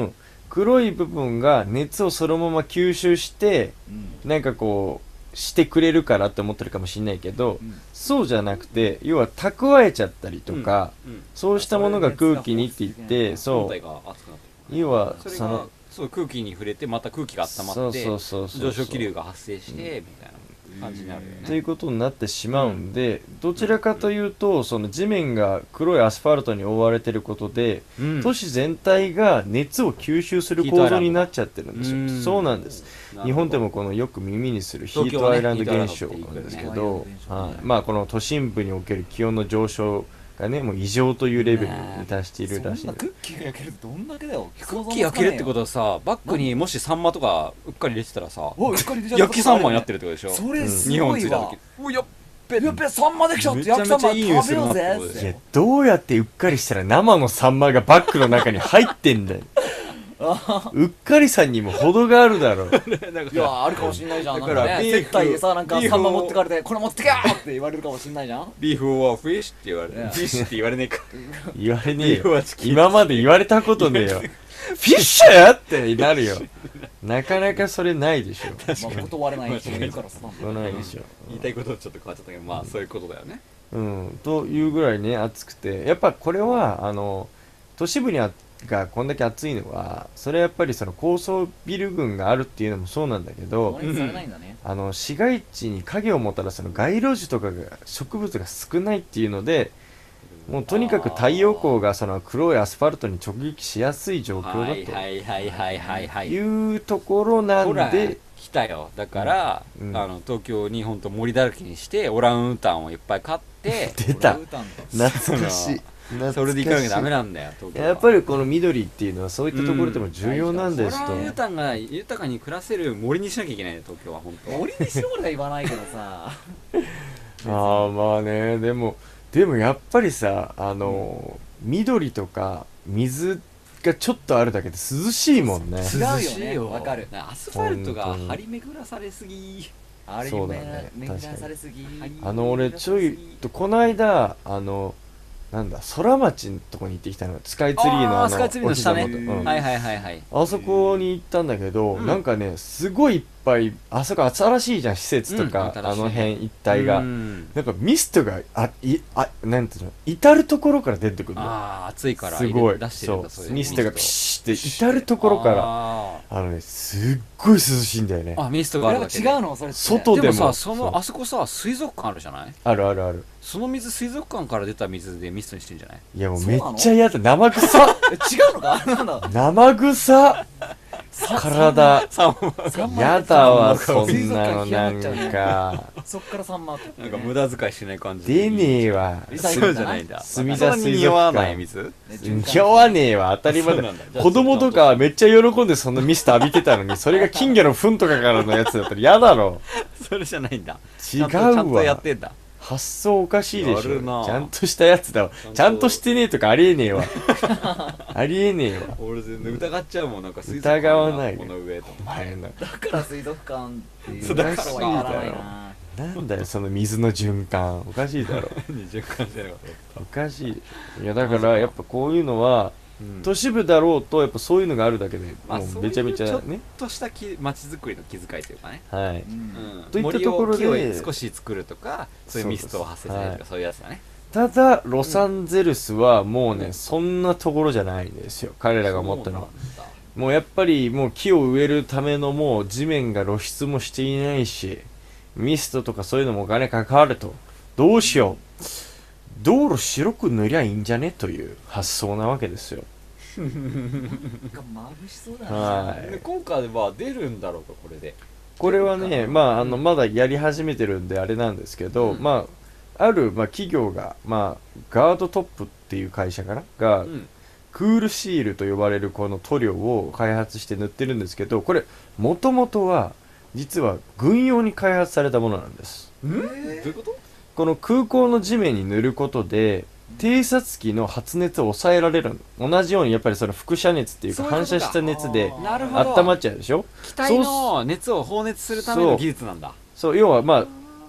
黒い部分が熱をそのまま吸収して、なんかこうしてくれるからって思ってるかもしれないけど、そうじゃなくて、要は蓄えちゃったりとか、そうしたものが空気にって言って、そう要はそのそう空気に触れてまた空気が温まって上昇気流が発生してみたいな感じになるよね。 ということになってしまうんで、どちらかというとその地面が黒いアスファルトに覆われてることで、都市全体が熱を吸収する構造になっちゃってるんですよ。そうなんです。日本でもこのよく耳にするヒートアイランド現象なんですけど、まあこの都心部における気温の上昇がね、もう異常というレベルに達しているらしい。 そんなクッキーが焼けるどんだけだよ。 クッキー焼けるってことはさ、バッグにもしサンマとかうっかり入れてたらさ、焼きサンマになってるってことでしょ。 それすごいわ。 やっべサンマできちゃって焼きサンマ食べようぜ。 いや、どうやってうっかりしたら生のサンマがバッグの中に入ってんだよ。うっかりさんにも程があるだろう。 いや、あるかもしんないじゃん。だから接待でさ、なんかサンマ持ってかれて、これ持ってけよって言われるかもしんないじゃん。 ビーフオアフィッシュって言われる。フィッシュって言われねえか。 言われねえよ。今まで言われたことねえよ。フィッシュってなるよ。なかなかそれないでしょ。 まあ断れない人もいるからさ。 ないでしょ。 言いたいことちょっと変わっちゃったけど、まあそういうことだよね。 というぐらいね、暑くて、やっぱこれは都市部にがこんだけ暑いのは、それはやっぱりその高層ビル群があるっていうのもそうなんだけど、市街地に影をもたらす街路樹とかが植物が少ないっていうので、もうとにかく太陽光がその黒いアスファルトに直撃しやすい状況だというところなんで来たよ。だから、東京に本当森だらけにしてオランウータンをいっぱい飼って出た懐かしい。 それで行かなきゃダメなんだよ。 やっぱりこの緑っていうのはそういったところでも重要なんですと。 オランウータンが豊かに暮らせる森にしなきゃいけないね、東京は。本当森にしろとは言わないけどさ。 まあね、でもやっぱりさ、緑とか水がちょっとあるだけで涼しいもんね。 違うよね。わかる。 アスファルトが張り巡らされすぎ。 そうだね。確かに。俺ちょいとこの間なんだ、空町のとこに行ってきたの。スカイツリーのスカイツリーの下ね。 あそこに行ったんだけど、なんかね、すごいいっぱい、あそこ新しいじゃん、施設とか、あの辺一帯が。なんかミストが、なんていうの、至るところから出てくるの。 暑いからすごい。 そう、 ミストがピシッて、至るところから、すっごい涼しいんだよね。 ミストがあるだけで。 違うのそれ。 外でも。 でもさ、あそこさ、水族館あるじゃない？ あるあるある。 その水、水族館から出た水でミストにしてんじゃない？ いやもうめっちゃ嫌だ。生臭違うのか？なんだ生臭体やだわ、そんなの。なんかそっからサンマなんか無駄遣いしない感じ出ねえわ。 そうじゃないんだ。 墨田水族館匂わない水？ 匂わねえわ、当たり前だ。子供とかめっちゃ喜んでそのミスト浴びてたのに、それが金魚の糞とかからのやつだったら嫌だろ。 それじゃないんだ。 違うわ。 ちゃんとやってんだ。 発想おかしいでしょ。ちゃんとしたやつだわ。ちゃんとしてねえとかありえねえわ。ありえねえわ。 俺全然疑っちゃうもん。なんか水族館疑わないこの上とお前のだから水族館っていうだからなんだよその水の循環。おかしいだろ。 循環してなかった。 おかしい。いやだからやっぱこういうのは都市部だろうとやっぱそういうのがあるだけでもうめちゃめちゃね、ちょっとした街づくりの気遣いというかね。 はい。といったところで少し作るとか、そういうミストを発生させるとかそういうやつだね。 ただロサンゼルスはもうねそんなところじゃないんですよ。彼らが思ったのはもうやっぱりもう木を植えるためのもう地面が露出もしていないし、ミストとかそういうのもお金かかると、どうしよう、道路白く塗りゃいいんじゃねという発想なわけですよ。 なんか眩しそうだな。 今回は出るんだろうか、これで。 これはね、まだやり始めてるんであれなんですけど、ある企業がガードトップっていう会社がクールシールと呼ばれるこの塗料を開発して塗ってるんですけど、これもともとは実は軍用に開発されたものなんです。 どういうこと？ この空港の地面に塗ることで偵察機の発熱を抑えられる。同じようにやっぱりその輻射熱っていうか反射した熱で温まっちゃうでしょ。 機体の熱を放熱するための技術なんだ。 そう要は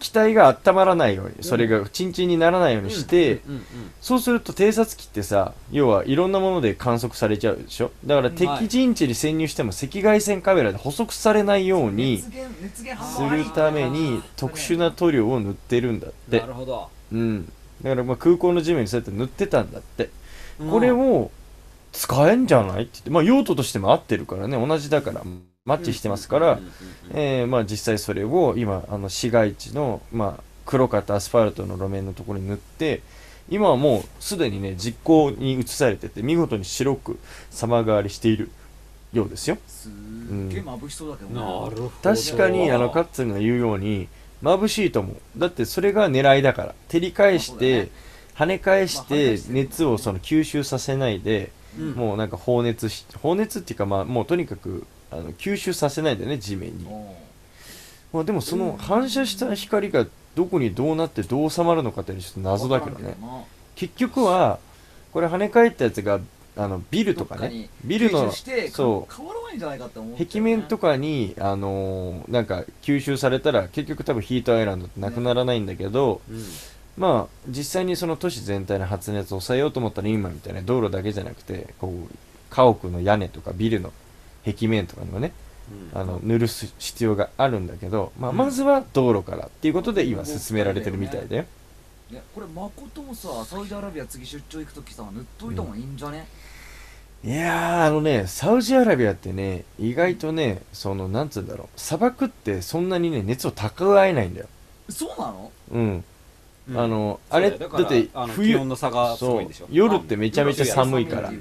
機体が温まらないように、それがチンチンにならないようにして、そうすると偵察機ってさ、要はいろんなもので観測されちゃうでしょ。だから敵陣地に潜入しても赤外線カメラで捕捉されないようにするために特殊な塗料を塗ってるんだって。 なるほど。 うん。だからまあ空港の地面にそうやって塗ってたんだって。これを使えんじゃないって言って、まあ用途としても合ってるからね、同じだからマッチしてますから、まあ実際それを今市街地のまあ黒かったアスファルトの路面のところに塗って、今はもうすでにね実行に移されてて見事に白く様変わりしているようですよ。 すげえ眩しそうだけどなるほど。 確かにカッツンが言うように眩しいと思う。だってそれが狙いだから、照り返して跳ね返して熱をその吸収させないで、もうなんか放熱っていうか、まあもうとにかく吸収させないでね地面に。まあでもその反射した光がどこにどうなってどう収まるのかっていうのはちょっと謎だけどね。結局はこれ跳ね返ったやつがビルとかね、ビルのそう壁面とかになんか吸収されたら結局多分ヒートアイランドってなくならないんだけど、まあ実際にその都市全体の発熱を抑えようと思ったら今みたいな道路だけじゃなくてこう家屋の屋根とかビルの壁面とかにもね、塗る必要があるんだけど、まあ、まずは道路からっていうことで今進められてるみたいだよ。 いやこれ誠もさサウジアラビア次出張行くときさ塗っといた方がいいんじゃね。 いやーサウジアラビアってね意外とねなんつうんだろう、砂漠ってそんなにね熱を蓄えないんだよ。 そうなの？ うん。あれだって気温の差がすごいんでしょ。 夜ってめちゃめちゃ寒いから。うん。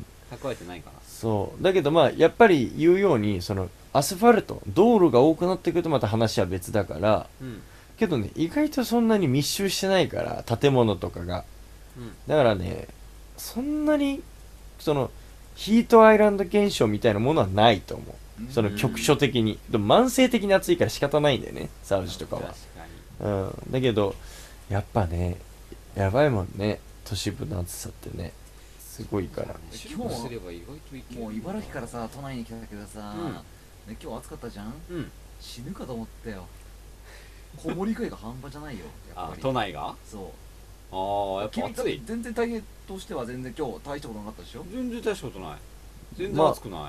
蓄えてないかな。 そうだけどまあやっぱり言うようにアスファルト道路が多くなってくるとまた話は別だから、けどね意外とそんなに密集してないから建物とかが、だからねそんなにヒートアイランド現象みたいなものはないと思う。局所的にでも慢性的に暑いから仕方ないんだよねサウジとかは。だけどやっぱねやばいもんね、都市部の暑さってねすごいから。 今日もう茨城からさ都内に来たけどさ、今日暑かったじゃん。死ぬかと思ったよ。こもり具合が半端じゃないよやっぱり。 都内が？ そう。 ああやっぱ暑い。 全然体型としては全然今日大したことなかったでしょ。 全然大したことない。全然暑くない。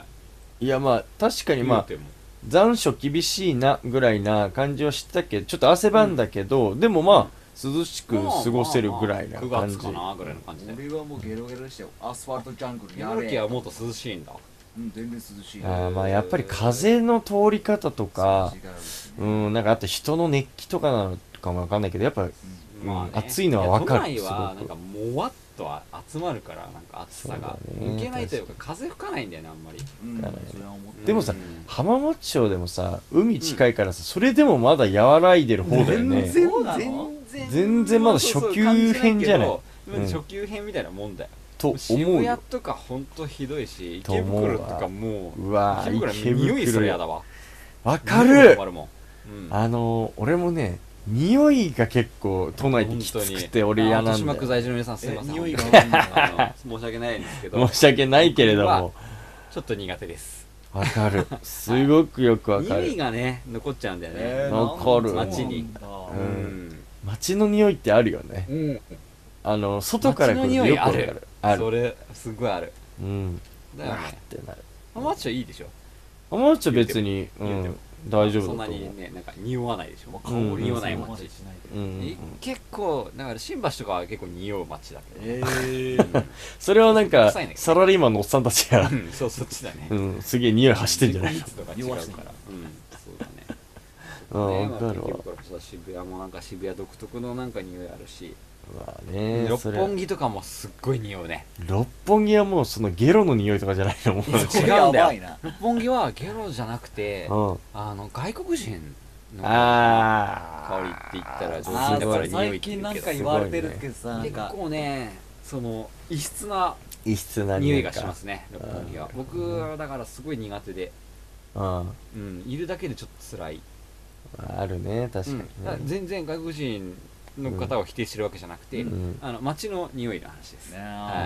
いやまあ確かにまあ残暑厳しいなぐらいな感じはしてたけど、ちょっと汗ばんだけど、でもまあ涼しく過ごせるぐらいな感じ。 9月かなぐらいの感じで。 俺はもうゲロゲロでしたよ。アスファルトジャングルやれ。 茨城はもっと涼しいんだ。 全然涼しい。 まあやっぱり風の通り方とか、なんかあと人の熱気とかなのかもわかんないけど、やっぱ暑いのはわかる。 都内はなんかもわっと集まるからなんか暑さが抜けないというか風吹かないんだよねあんまり。 でもさ浜松町でもさ海近いからさ、それでもまだ和らいでる方だよね。全然まだ初級編じゃない。 初級編みたいなもんだよ。 と思う。 渋谷とかほんとひどいし、池袋とかもう、 うわ池袋匂いそれやだわ。 わかる。俺もね匂いが結構都内できつくて俺嫌なんだよ。 豊島区在住の皆さんすいません。 匂いが申し訳ないんですけど。 申し訳ないけれどもちょっと苦手です。 わかる。すごくよくわかる。 匂いがね残っちゃうんだよね。 残る。 街に。 街の匂いってあるよね。外から来る匂いある。それすごいある。だよね。ってなる。浜松町いいでしょ。 浜松町別に大丈夫だと思う。 そんなにねなんか匂わないでしょ。匂わない街。結構だから新橋とかは結構匂う街だけど。 それはなんかサラリーマンのおっさんたちがそうそっちだね。 すげえ匂い走ってんじゃないの。 匂わしてから。そうだね。わかるわ。渋谷もなんか渋谷独特のなんか匂いあるし。六本木とかもすっごい匂うね。 六本木はもうそのゲロの匂いとかじゃないの。もう違うんだよ。六本木はゲロじゃなくて外国人の香りって言ったら上品だから匂いって言うけど、 最近なんか言われてるけどさ、 結構ねその異質な匂いがしますね六本木は。僕はだからすごい苦手で、いるだけでちょっと辛い。 あるね確かにね。 全然外国人の方を否定してるわけじゃなくて、街の匂いの話です。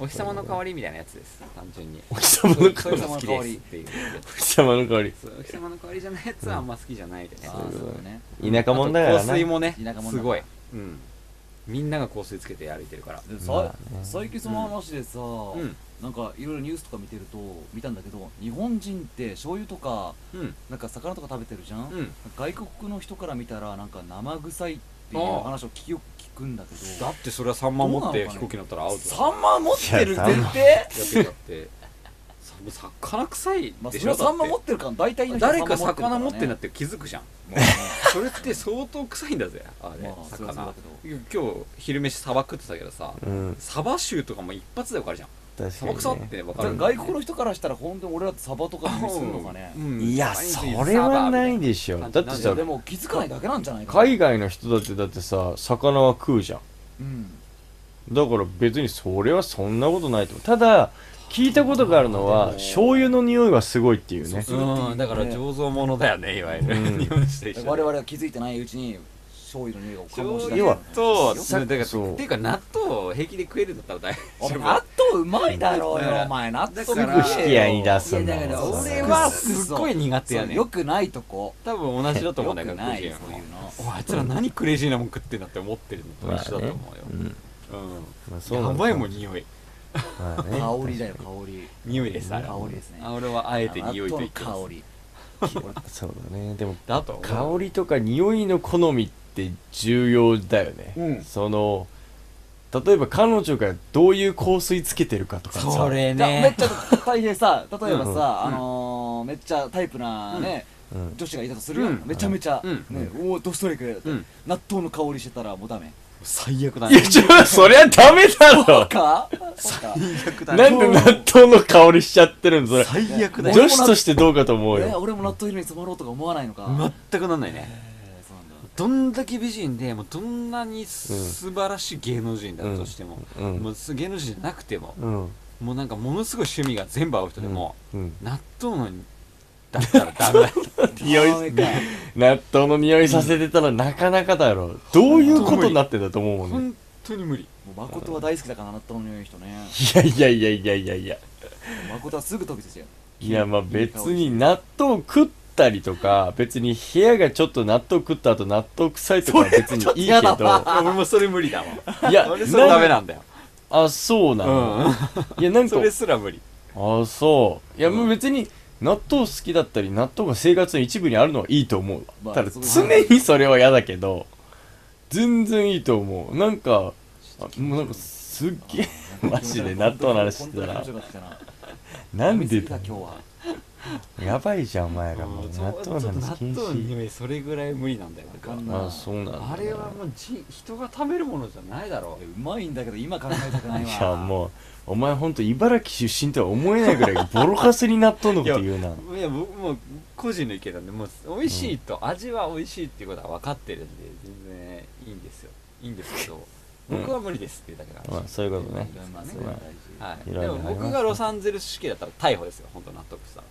お日様の代わりみたいなやつです、単純に。 お日様の代わり。 そういうの好きですっていう。 お日様の代わり。 お日様の代わりじゃないやつはあんま好きじゃないでね。 そうね。 田舎者だからな。 香水もね、 田舎者すごい。みんなが香水つけて歩いてるから。 最近その話でさ、なんかいろいろニュースとか見たんだけど、日本人って醤油とかなんか魚とか食べてるじゃん。外国の人から見たらなんか生臭いっていう話を聞くんだけど。 だってそれはサンマ持って飛行機乗ったらアウト。 サンマ持ってる前提？ だって魚臭いでしょ。 それはサンマ持ってるから大体の人誰か魚持ってんだって気づくじゃん。それって相当臭いんだぜあれ魚。今日昼飯サバ食ってたけどさ、サバ臭とかも一発で分かるじゃん。サバ臭って分かる。 外国の人からしたら本当に俺だってサバとかにするのかね。 いやそれはないでしょ。だってさ、 でも気づかないだけなんじゃないか。 海外の人だってさ、魚は食うじゃん。だから別にそれはそんなことないと思う。ただ聞いたことがあるのは醤油の匂いはすごいっていうね。 だから醸造物だよね、いわゆる。 我々は気づいてないうちに醤油の匂いが醸し出してる。っていうか納豆平気で食えるんだったら大丈夫。 納豆うまいだろうよお前。納豆引き合いに出すんだ。 俺はすっごい苦手やね。 よくないとこ多分同じだと思うんだけど、あいつら何クレイジーなもん食ってんだって思ってるのと一緒だと思うよ。やばいもん匂い。 香りだよ香り。 匂いです。香りですね。 俺はあえて匂いと言ってます。 香り。 そうだね。でも香りとか匂いの好みって重要だよね。その例えば彼女がどういう香水つけてるかとかさ、 それねめっちゃ大変さ、例えばさめっちゃタイプなね女子がいたとするよ。めちゃめちゃドストライク納豆の香りしてたらもうダメ。 最悪だね。 いやそりゃダメだろ。 最悪だね。なんで納豆の香りしちゃってるんそれ。 最悪だよ。 女子としてどうかと思うよ。 俺も納豆色に染まろうとか思わないのか。 全くなんないね。どんだけ美人でもどんなに素晴らしい芸能人だとしても、もう芸能人じゃなくても、もうなんかものすごい趣味が全部合う人でも、納豆のだったらダメだ。納豆の匂いさせてたらなかなかだろう。どういうことになってんだと思うもんね。 本当に無理。 もう誠は大好きだから納豆の匂いの人ね。 いや誠はすぐ飛び出すよ。 いやまあ別に納豆食ったりとか、別に部屋がちょっと納豆食った後納豆臭いとかは別にいいけど、 俺もそれ無理だもん。 いや俺それダメなんだよ。 あ、そうなの。いやなんかそれすら無理。 あ、そう。いやもう別に納豆好きだったり納豆が生活の一部にあるのはいいと思うわ。ただ常にそれは嫌だけど全然いいと思う。なんかもうなんかすっげえマジで納豆の話してたらなんでだ今日はやばいじゃんお前ら。もう納豆の話禁止。 納豆の匂いそれぐらい無理なんだよ。 あ、そうなんだ。 あれはもう人が食べるものじゃないだろう。 うまいんだけど今考えたくないわ。 いやもうお前ほんと茨城出身とは思えないぐらいボロカスに納豆のこと言うな。 いや僕もう個人の意見なんで、もう美味しいと、味は美味しいっていうことは分かってるんで全然いいんですよ。いいんですけど僕は無理ですっていうだけなんです。 まあそういうことね。 はい。でも僕がロサンゼルス死刑だったら逮捕ですよ。本当納得したら。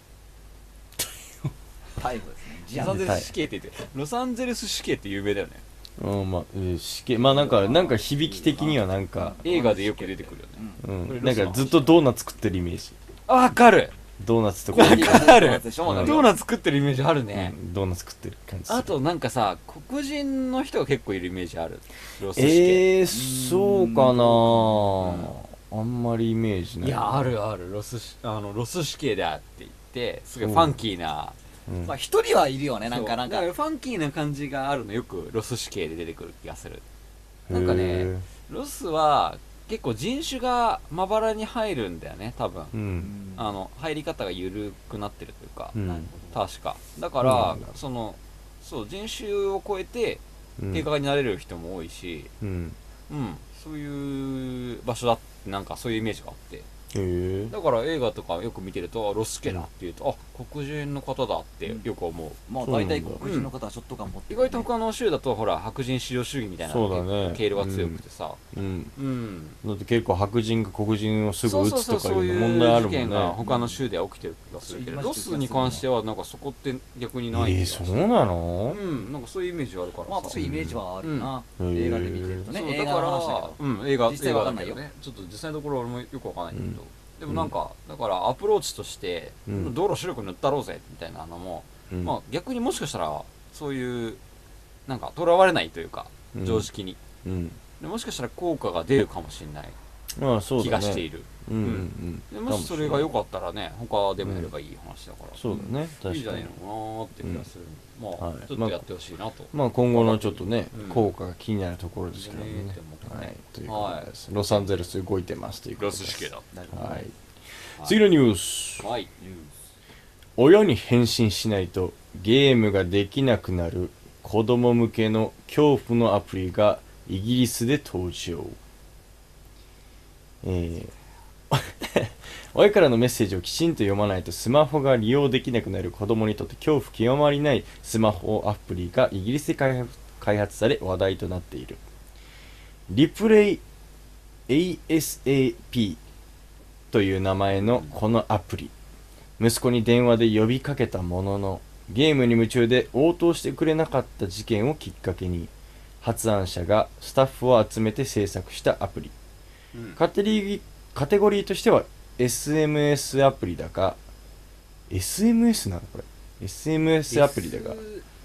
逮捕ですね。 ロサンゼルス死刑って言って、ロサンゼルス死刑って有名だよね。 まあ死刑、まあなんか響き的にはなんか映画でよく出てくるよね。なんかずっとドーナツ食ってるイメージ。 わかる。 ドーナツとかわかる。ドーナツ食ってるイメージあるね。 ドーナツ食ってる感じ。 あとなんかさ、黒人の人が結構いるイメージある。ロス死刑。 そうかな。あんまりイメージない。 いやあるロス死刑だって言ってすごいファンキーな。 まあ一人はいるよね。なんかファンキーな感じがあるのよくロス死刑で出てくる気がする。なんかね、ロスは結構人種がまばらに入るんだよね多分。入り方が緩くなってるというか、確かだからそう人種を超えて映画になれる人も多いし、そういう場所だってなんかそういうイメージがあって。 だから映画とかよく見てるとロスケだっていうと、黒人の方だってよく思う。 まあ大体黒人の方はショットガン持って意外と他の州だとほら白人至上主義みたいな経路が強くてさ、 だって結構白人が黒人をすぐ撃つとかいう問題あるもんね。 そういう事件が他の州では起きてる気がするけど、ロスに関してはなんかそこって逆にない。 そうなの？ なんかそういうイメージあるからさ。 まあそういうイメージはあるな。映画で見てるとね。映画の話だけど。 映画実際わかんないよね。ちょっと実際のところ俺もよくわかんないけど、でもなんかだからアプローチとして道路白く塗ったろうぜみたいなのも、まあ逆にもしかしたらそういうなんかとらわれないというか常識に、でもしかしたら効果が出るかもしれない気がしている。もしそれが良かったらね、他でもやればいい話だから、 そうだね、確かにいいじゃないのかなって気がする。まあちょっとやってほしいなと。 まあ今後のちょっとね効果が気になるところですけどね。ということです。ロサンゼルス動いてますということです。 ロス死刑だ。 はい。次のニュース。 はい。 親に返信しないとゲームができなくなる子供向けの恐怖のアプリがイギリスで登場。親からのメッセージをきちんと読まないとスマホが利用できなくなる子供にとって恐怖極まりないスマホアプリがイギリスで開発され話題となっている。リプレイ ASAP という名前のこのアプリ、息子に電話で呼びかけたもののゲームに夢中で応答してくれなかった事件をきっかけに発案者がスタッフを集めて制作したアプリ。カテゴリーとしては SMS アプリだが SMS なのこれ SMS アプリだが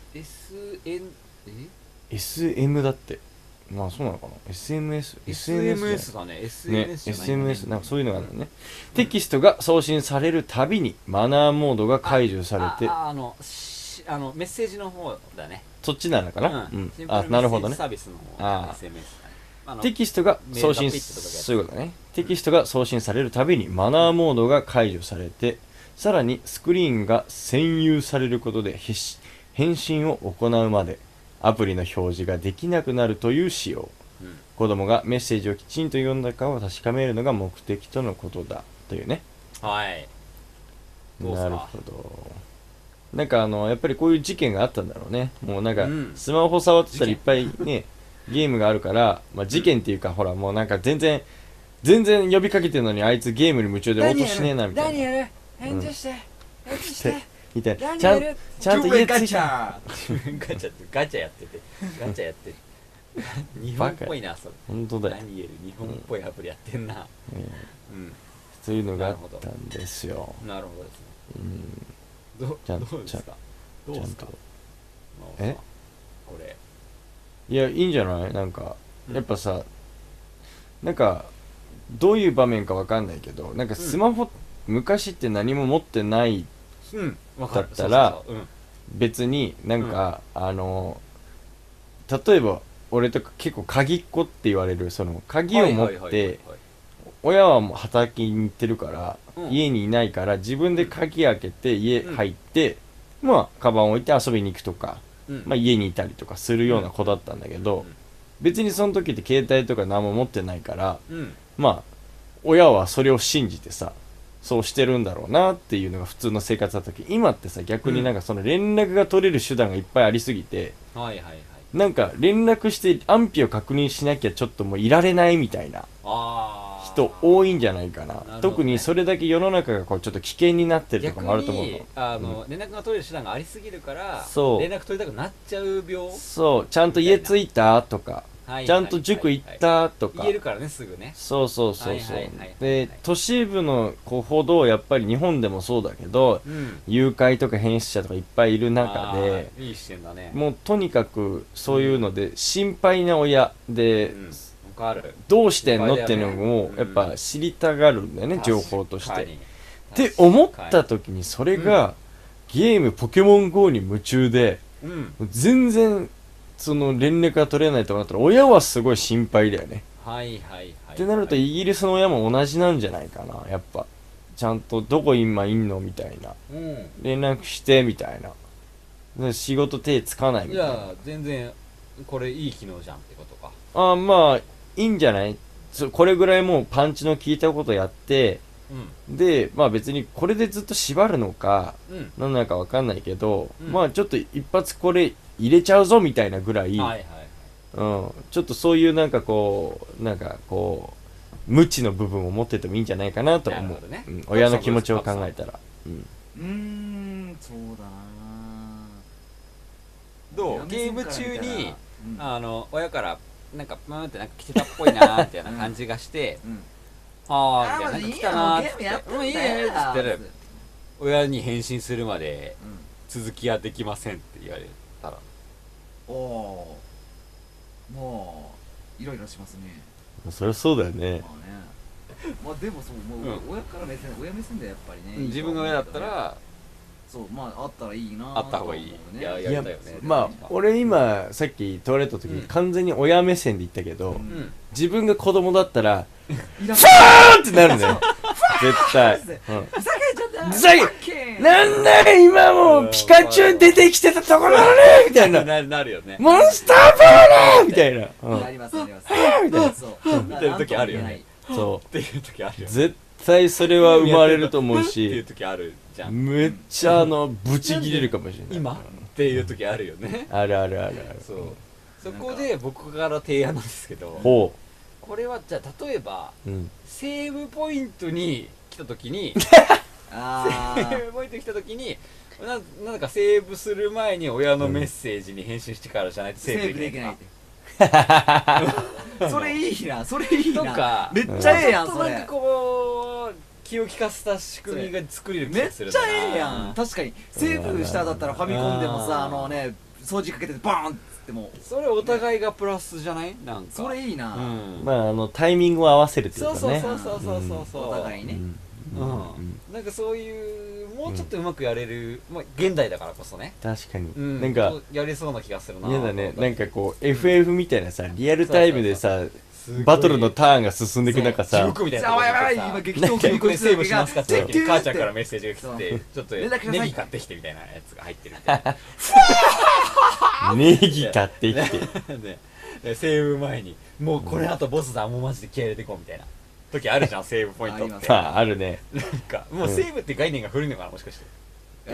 SM だって、まあそうなのかな。 SMS だね。 SMS なんかそういうのがあるのね。テキストが送信されるたびにマナーモードが解除されて、 メッセージの方だね。 そっちなのかな。なるほどね。 サービスの方、SMS テキストが送信そういうことだね。テキストが送信されるたびにマナーモードが解除されて、さらにスクリーンが占有されることで返信を行うまでアプリの表示ができなくなるという仕様。子供がメッセージをきちんと読んだかを確かめるのが目的とのことだというね。 はい。 なるほど。なんかやっぱりこういう事件があったんだろうね。もうなんかスマホ触ってたらいっぱいねゲームがあるから、まあ、事件っていうか、ほらもうなんか全然呼びかけてるのにあいつゲームに夢中で応答しねえなみたいな。 何やる返事して返事してみたいな。ちゃんと家ついた。 ガチャやってて日本っぽいなそれ。 本当だよ。 何言える日本っぽいアプリやってんな。 そういうのがあったんですよ。 なるほどですね。 ちゃんとどうですかこれいやいいんじゃない。なんかやっぱさ、なんかどういう場面かわかんないけど、なんかスマホ、昔って何も持ってないだったら別になんか例えば俺とか結構鍵っ子って言われる、その鍵を持って親はもう畑に行ってるから、家にいないから自分で鍵開けて家入って、まあカバン置いて遊びに行くとか、まあ家にいたりとかするような子だったんだけど、別にその時って携帯とか何も持ってないから、まあ親はそれを信じてさ、そうしてるんだろうなっていうのが普通の生活だった時、今ってさ逆になんかその連絡が取れる手段がいっぱいありすぎて、なんか連絡して安否を確認しなきゃちょっともういられないみたいな人多いんじゃないかな。特にそれだけ世の中がこうちょっと危険になってるとかもあると思うの。 連絡が取れる手段がありすぎるから、 そう連絡取りたくなっちゃう病。 そうちゃんと家着いたとか、ちゃんと塾行ったとか言えるからねすぐね。 そうで都市部の子ほどやっぱり日本でもそうだけど、誘拐とか変質者とかいっぱいいる中で、 いい視点だね。 もうとにかくそういうので心配な親で、どうしてんのっていうのをやっぱ知りたがるんだよね、情報として。って思った時にそれがゲームポケモン GO に夢中で、全然その連絡が取れないとなったら親はすごい心配だよね。ってなるとイギリスの親も同じなんじゃないかな。やっぱちゃんとどこ今いんのみたいな、連絡してみたいな、仕事手つかないみたいな。 いや全然これいい機能じゃんってことか。 まあいいんじゃない。これぐらいもうパンチの効いたことやってでまあ別にこれでずっと縛るのか何なのか分かんないけど、まあちょっと一発これ入れちゃうぞみたいなぐらい、ちょっとそういうなんかこう無知の部分を持っててもいいんじゃないかなと思う、親の気持ちを考えたら。 そうだな。 どうゲーム中に親からなんかってなんか来てたっぽいなーみたいな感じがしてああみたいな、なんか来たなーっつってもういいよっつって親に返信するまで続きはできませんって言われたら、 もうイライラしますね。 そりゃそうだよね。 まあでもそうもう親から目線、親目線でやっぱりね、 自分が親だったらそうまああったらいいな、 あった方がいい。いややりたいよね。 まあ俺今さっき問われた時に完全に親目線で言ったけど、自分が子供だったらファーってなるんだよ絶対。ふざけなんだよ今もうピカチュウ出てきてたところだねみたいななるよね。 モンスターボールみたいな、 ありますありますみたいな、 そう見てる時あるよね。 そうっていう時あるよね。 絶対それは生まれると思うっていうし、 時あるじゃん。 めっちゃブチ切れるかもしれない今っていう時あるよね。 あるあるあるある。 そうそこで僕から提案なんですけど、 ほこれはじゃあ例えばう、 セーブポイントに来た時にセーブポイントに来た時になんかセーブする前に親のメッセージに返信してからじゃないとセーブできない。 それいいな、それいいな。 とかめっちゃええやんそれ。 なんかこう気を利かせた仕組みが作れる気めっがするちゃええやん。確かにセーブしただったらファミコンでもさ掃除かけてバーンっつってもそれお互いがプラスじゃない？なんかそれいいな。 まあタイミングを合わせるっていうかね。 そうお互いね。 なんかそういうもうちょっとうまくやれる、まあ現代だからこそね。 確かに、 なんかやれそうな気がするな。 嫌だね。なんかこう FF みたいなさリアルタイムでさバトルのターンが進んでいく中さ、 地獄みたいなとこでさ、 今激闘結構セーブしますかってって母ちゃんからメッセージが来て、ちょっとネギ買ってきてみたいなやつが入ってるみたいな。 ネギ買ってきてでセーブ前にもうこれあとボスだもうマジで気合入れてこうみたいな時あるじゃん。セーブポイントってあるね。 なんかもうセーブって概念が古いのかなもしかして。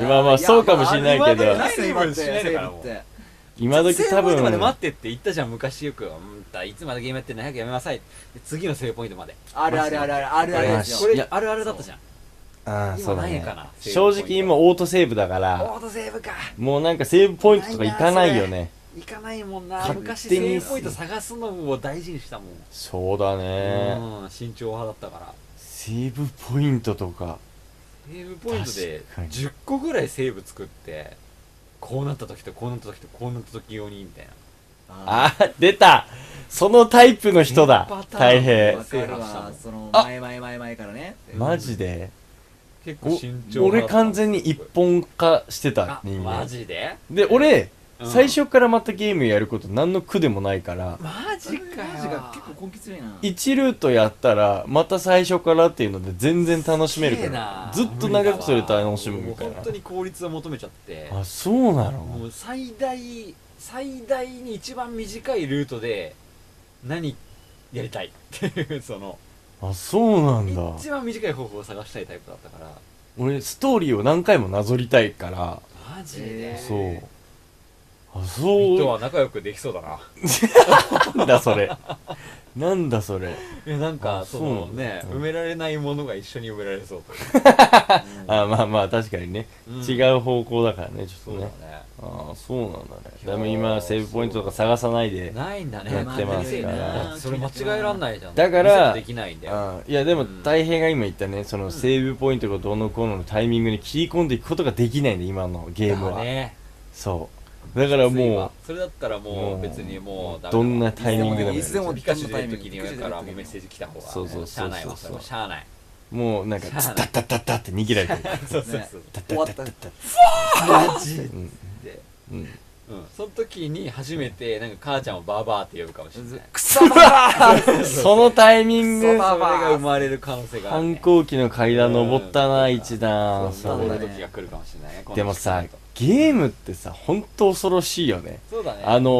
まあまあそうかもしれないけど、 セーブしないのかなもう。 今時多分セーブポイントまで待ってって言ったじゃん昔よく。いつまでゲームやってんの早くやめなさい。次のセーブポイントまで。 あるあるあるあるあるあるですよ。 これあるあるだったじゃん。 ああそうだね。 今ないかな。 正直今オートセーブだからオートセーブか。 もうなんかセーブポイントとかいかないよね。 いかないもんな。 勝手に昔セーブポイント探すのを大事にしたもん。 そうだね。 慎重派だったから。 セーブポイントとかセーブポイントで10個ぐらいセーブ作ってこうなった時とこうなった時とこうなった時用にみたいな。 あ出たそのタイプの人だ。大変。 わかるわ。その前からね。 マジで結構慎重。 俺完全に一本化してた人間。 マジで俺最初からまたゲームやること何の苦でもないから。 マジかよ。 マジが結構根気強いな。 1ルートやったらまた最初からっていうので全然楽しめるからずっと長くそれ楽しむみたいな。 本当に効率を求めちゃって。 あそうなの。 もう最大に一番短いルートで何やりたいっていうそのあそうなんだ。 一番短い方法を探したいタイプだったから。 俺ストーリーを何回もなぞりたいから。 マジで。 そうあそう人は仲良くできそうだな。 なんだそれなんだそれ。 いやなんかそのね埋められないものが一緒に埋められそうと。 あまあまあ確かにね、違う方向だからねちょっとね。ああそうなんだね。でも今セーブポイントとか探さないでないんだね。 やってますからそれ間違えらんないじゃん。 だからできないんだよ。 いやでも大平が今言ったねそのセーブポイントがどうのこうののタイミングに切り込んでいくことができないんで今のゲームは。そうだからもうそれだったらもう別にもうどんなタイミングでもいつでもピカチュウ出る時に親からもうメッセージ来た方がそうしゃあないわ。それはしゃあない。 もうなんかツッタッタッタッタって逃げられてる。 そうそうそう。 終わったマジで。その時に初めてなんか母ちゃんをバーバーって呼ぶかもしれない。 クソババーそのタイミングそれが生まれる可能性がある。 反抗期の階段登ったな一段。 そういう時が来るかもしれない。 でもさゲームってさ本当恐ろしいよね。 そうだね。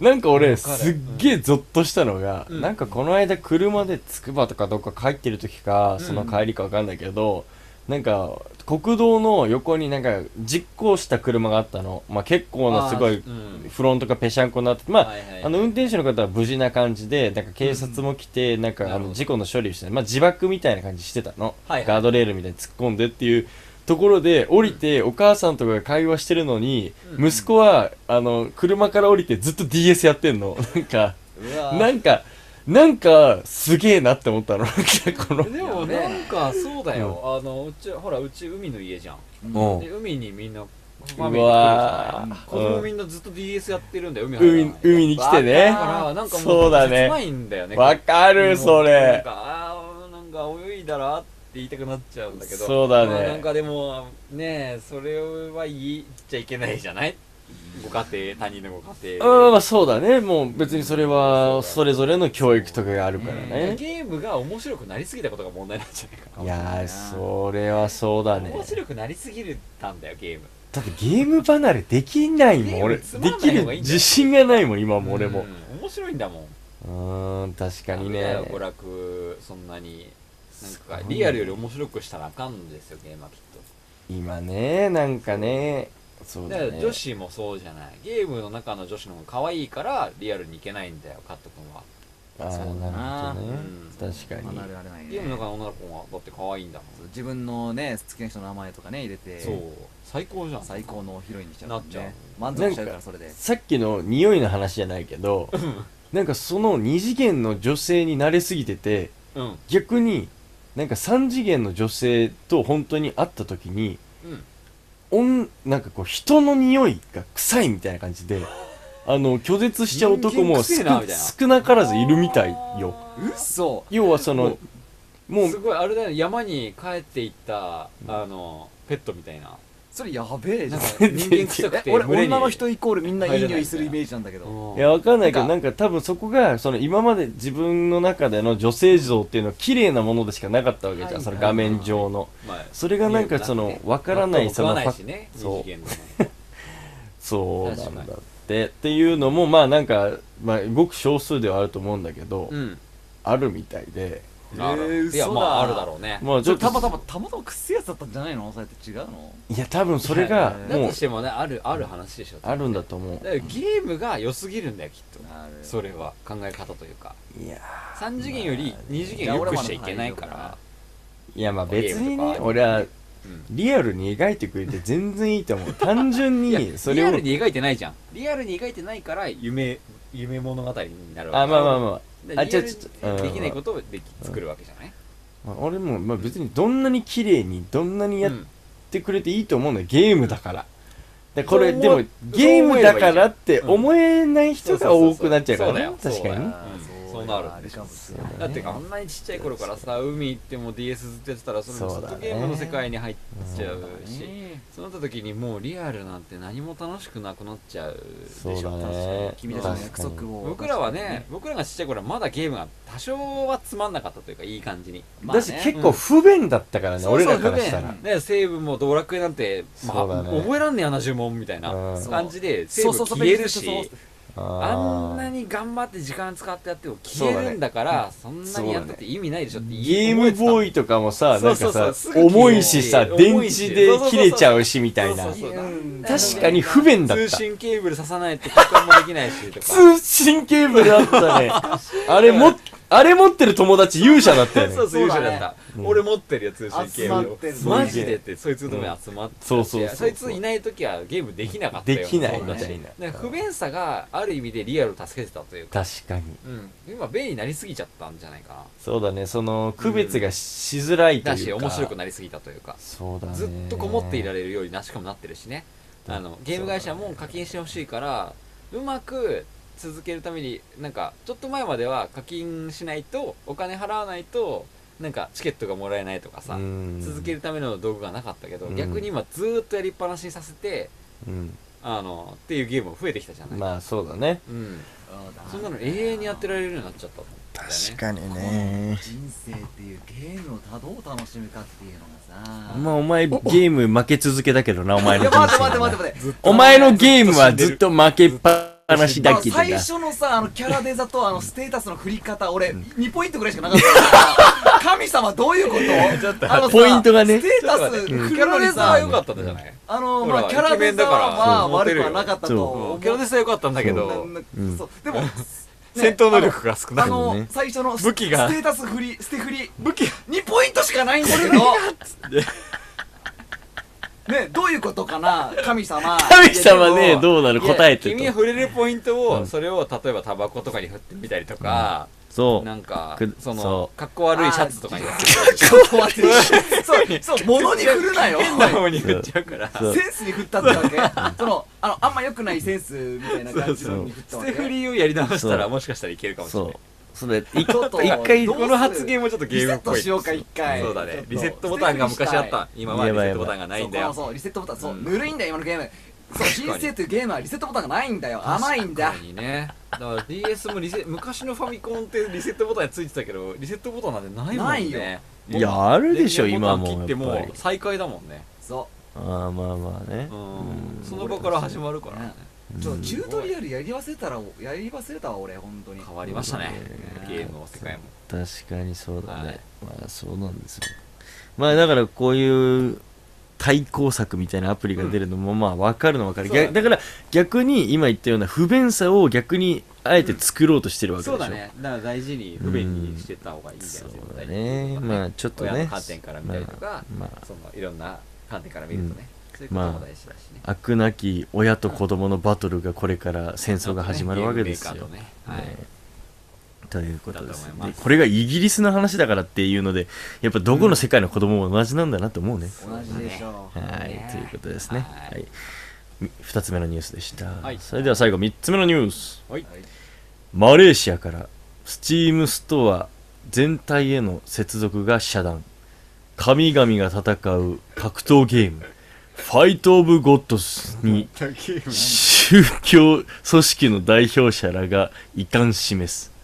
なんか俺すっげえゾッとしたのが、なんかこの間車でつくばとかどっか帰ってる時か、その帰りか分かんないけど、なんか国道の横になんか実行した車があったの。まあ結構なすごいフロントがぺしゃんこになってて、まあ運転手の方は無事な感じで、なんか警察も来て、なんか事故の処理をして、まあ自爆みたいな感じしてたの。ガードレールみたいに突っ込んでっていうところで降りて、お母さんとかが会話してるのに、息子は車から降りてずっと DS やってんの。なんかすげえなって思ったの。 でもなんかそうだよ、うち海の家じゃん、で海にみんなファミリー来るじゃない、子供みんなずっと DS やってるんだよ、 海に来てね。 だからなんかもそうだね、 切ないんだよね。 わかるそれ。 なんか泳いだらって言いたくなっちゃうんだけど、 そうだね。 なんかでもね、それは言っちゃいけないじゃない、ご家庭、他人のご家庭。 まあそうだね。もう別にそれはそれぞれの教育とかがあるからね。 ゲームが面白くなりすぎたことが問題なんじゃないかな。 いやー、それはそうだね。 面白くなりすぎたんだよ、ゲーム。 だってゲーム離れできないもん、俺。できる自信がないもん、今も俺も。 面白いんだもん。 確かにね。 娯楽、そんなに。なんかリアルより面白くしたらあかんんですよ、ゲームはきっと。 今ね、なんかね。そうだね、 女子もそうじゃない。ゲームの中の女子の方が可愛いからリアルに行けないんだよ、カット君は。 そうなるほどね、確かに。 ゲームの中の女の子はだって可愛いんだもん。 自分のね好きな人の名前とかね入れて、 そう最高じゃん。 最高のヒロインにしちゃう、ね、 なっちゃう。 満足しちゃうから。それでさっきの匂いの話じゃないけどなんかその2次元の女性に慣れすぎてて、逆になんか3次元の女性と本当に会った時に、なんかこう人の匂いが臭いみたいな感じで拒絶しちゃう男も少なからずいるみたいよ。 嘘。 要はそのもうすごいあれだよね、山に帰っていったペットみたいな。 それやべえじゃん。 人間臭くて俺女の人イコールみんないい匂いするイメージなんだけど。 いやわかんないけど、なんか多分そこがその今まで自分の中での女性像っていうのは綺麗なものでしかなかったわけじゃん、その画面上の。それがなんかそのわからないそのそうなんだっていうのもまあなんかごく少数ではあると思うんだけど、あるみたいで。 いやまああるだろうね。 まあちょっとたまたまくっせえやつだったんじゃないの？それって違うの？ いや多分それがだとしてもね、ある話でしょ。 あるんだと思う。 だからゲームが良すぎるんだよきっと。それは考え方というか。 いや 3次元より2次元良くしちゃいけないから。 いやまあ別にね、俺はリアルに描いてくれて全然いいと思う。単純にそれをリアルに描いてないじゃん。リアルに描いてないから夢物語になるわけ。 まあリアルにできないことを作るわけじゃない。 俺もまあ別にどんなに綺麗にどんなにやってくれていいと思うんだよ、ゲームだから。でこれでもゲームだからって思えない人が多くなっちゃうからね。確かにそうなるんでしょ。だってあんなにちっちゃい頃からさ、海行っても DS ずっとやってたら、それずっとゲームの世界に入っちゃうし、そうなった時にもうリアルなんて何も楽しくなくなっちゃうでしょ。 君たちの約束を。 僕らはね、僕らがちっちゃい頃はまだゲームが多少はつまんなかったというか、いい感じに。 だし結構不便だったからね、俺らからしたら。 ね、セーブもドラクエなんて覚えらんねえよな、呪文みたいな感じでセーブ消えるし、あんなに頑張って時間使ってやっても消えるんだから、そんなにやったって意味ないでしょって。 ゲームボーイとかもさ、なんかさ重いしさ、電池で切れちゃうしみたいな。確かに不便だった。 通信ケーブル刺さないと交換もできないしとか。 通信ケーブルあったね。あれ持ってる友達勇者だったよね。 そう勇者だった。俺持ってるよ、通信ケーブル。マジでって、そいつの目集まって。そいついない時はゲームできなかったよ。 できないみたいな。 不便さがある意味でリアルを助けてたというか。 確かに。 今便利になりすぎちゃったんじゃないかな。 そうだね、その区別がしづらいというか。 だし面白くなりすぎたというか。 そうだね。 ずっとこもっていられるようにしかもなってるしね。ゲーム会社も課金してほしいから、うまく続けるためになんかちょっと前までは課金しないとお金払わないとなんかチケットがもらえないとかさ、続けるための道具がなかったけど、逆に今ずーっとやりっぱなしにさせて、っていうゲームも増えてきたじゃない。 まあそうだね。 そんなの永遠にやってられるようになっちゃったもん。 確かにね。 人生っていうゲームをどう楽しむかっていうのがさ。 まあお前ゲーム負け続けだけどな、お前の人生。 待って。 お前のゲームはずっと負けっぱ話だけ最初のさキャラデザとステータスの振り方俺2ポイントぐらいしかなかったから神様どういうことポイントがねステータス振るのにさは良かったんじゃない？ まあキャラデザは悪くはなかったと思う。 キャラデザ良かったんだけどでも戦闘能力が少ない最初の武器がステータス振り武器が 2ポイントしかないんだけどね、どういうことかな神様ねどうなる答えて君が触れるポイントをそれを例えばタバコとかに振ってみたりとかそうなんかそのかっこ悪いシャツとかにやってそう物に振るなよ変な方に振っちゃうからセンスに振ったってわけあんま良くないセンスみたいな感じのに振ったわけ捨て振りをやり直したらもしかしたらいけるかもしれないそれ一回この発言もちょっとゲームっぽいリセットしようか一回そうだねリセットボタンが昔あった今はリセットボタンがないんだよそうリセットボタンそうぬるいんだよ今のゲームそう人生というゲームはリセットボタンがないんだよ甘いんだだから DS も昔のファミコンってリセットボタンついてたけどリセットボタンなんてないもんねいやあるでしょ今も切っても再開だもんねそうまあねその場から始まるからねチュートリアルやり忘れたわ俺本当に変わりましたねゲームの世界も確かにそうだねまあそうなんですよまあだからこういう対抗策みたいなアプリが出るのもまあ分かるの分かるだから逆に今言ったような不便さを逆にあえて作ろうとしてるわけでしょそうだねだから大事に不便にしてた方がいいんだよそうだねまあちょっとね親の観点から見たりとかそのいろんな観点から見るとねそういうことも大事だしね飽くなき親と子供のバトルがこれから戦争が始まるわけですよということですねこれがイギリスの話だからっていうのでやっぱどこの世界の子供も同じなんだなと思うね同じでしょうはいということですねはい2つ目のニュースでしたそれでは最後3つ目のニュースマレーシアからスチームストア全体への接続が遮断神々が戦う格闘ゲームファイト・オブ・ゴッドスに宗教組織の代表者らが遺憾示す、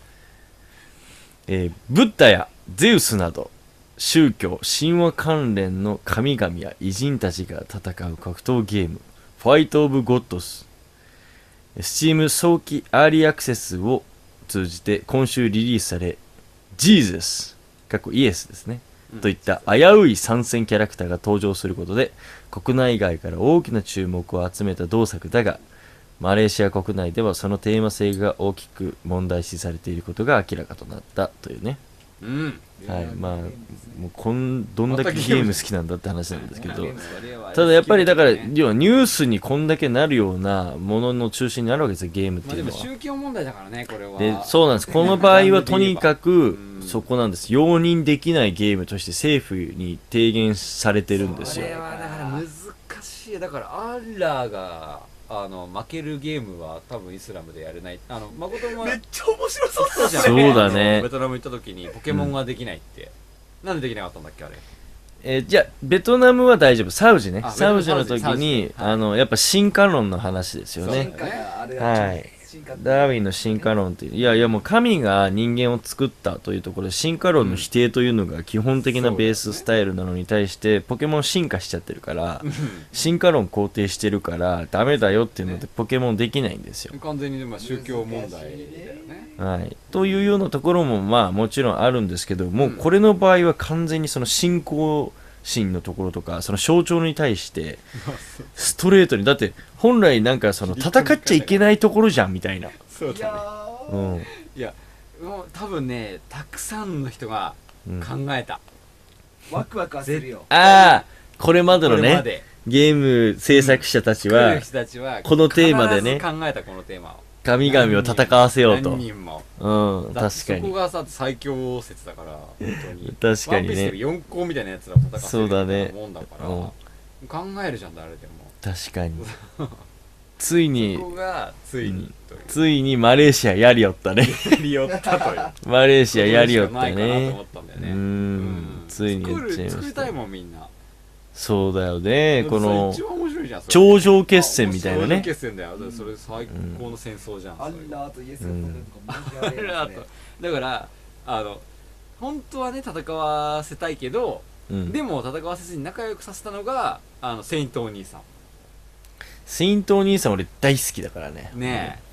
ブッダやゼウスなど宗教神話関連の神々や偉人たちが戦う格闘ゲームファイト・オブ・ゴッドススチーム早期アーリーアクセスを通じて今週リリースされジーザスイエスですねといった危うい参戦キャラクターが登場することで国内外から大きな注目を集めた同作だがマレーシア国内ではそのテーマ性が大きく問題視されていることが明らかとなったというねはいまあもうどんだけゲーム好きなんだって話なんですけどただやっぱりだから要はニュースにこんだけなるようなものの中心になるわけですよゲームっていうのはでも宗教問題だからねこれはでそうなんですこの場合はとにかくそこなんです容認できないゲームとして政府に提言されてるんですよこれはだから難しいだからアッラーが負けるゲームは多分イスラムでやれない誠もめっちゃ面白そうだったじゃんそうだねベトナム行った時にポケモンができないって、なんでできなかったんだっけあれじゃあベトナムは大丈夫サウジねサウジの時にやっぱ進化論の話ですよねはいダーウィンの進化論っていういやもう神が人間を作ったというところで進化論の否定というのが基本的なベーススタイルなのに対してポケモン進化しちゃってるから進化論肯定してるからダメだよっていうのでポケモンできないんですよ完全にでも宗教問題だよねはいというようなところもまあもちろんあるんですけどもうこれの場合は完全にその信仰心のところとかその象徴に対してストレートにだって本来なんかその戦っちゃいけないところじゃんみたいなそうだねいやもう多分ねたくさんの人が考えたワクワクはするよこれまでのねゲーム制作者たちはこのテーマでね考えたこのテーマを神々を戦わせようと何人も確かにそこがさ最強説だから本当に確かにね 4校みたいなやつらを戦わせるようなもんだから考えるじゃん誰でも確かについにそこがついについにマレーシアやりよったねやりよったというマレーシアやりよったねついにやっちゃいました作りたいもんみんなそうだよねこの一番面白いじゃん頂上決戦みたいなね頂上決戦だよそれ最高の戦争じゃんアッラーとイエスが戦うとかだから本当はね戦わせたいけどでも戦わせずに仲良くさせたのがセイントお兄さんセイントお兄さん俺大好きだからねね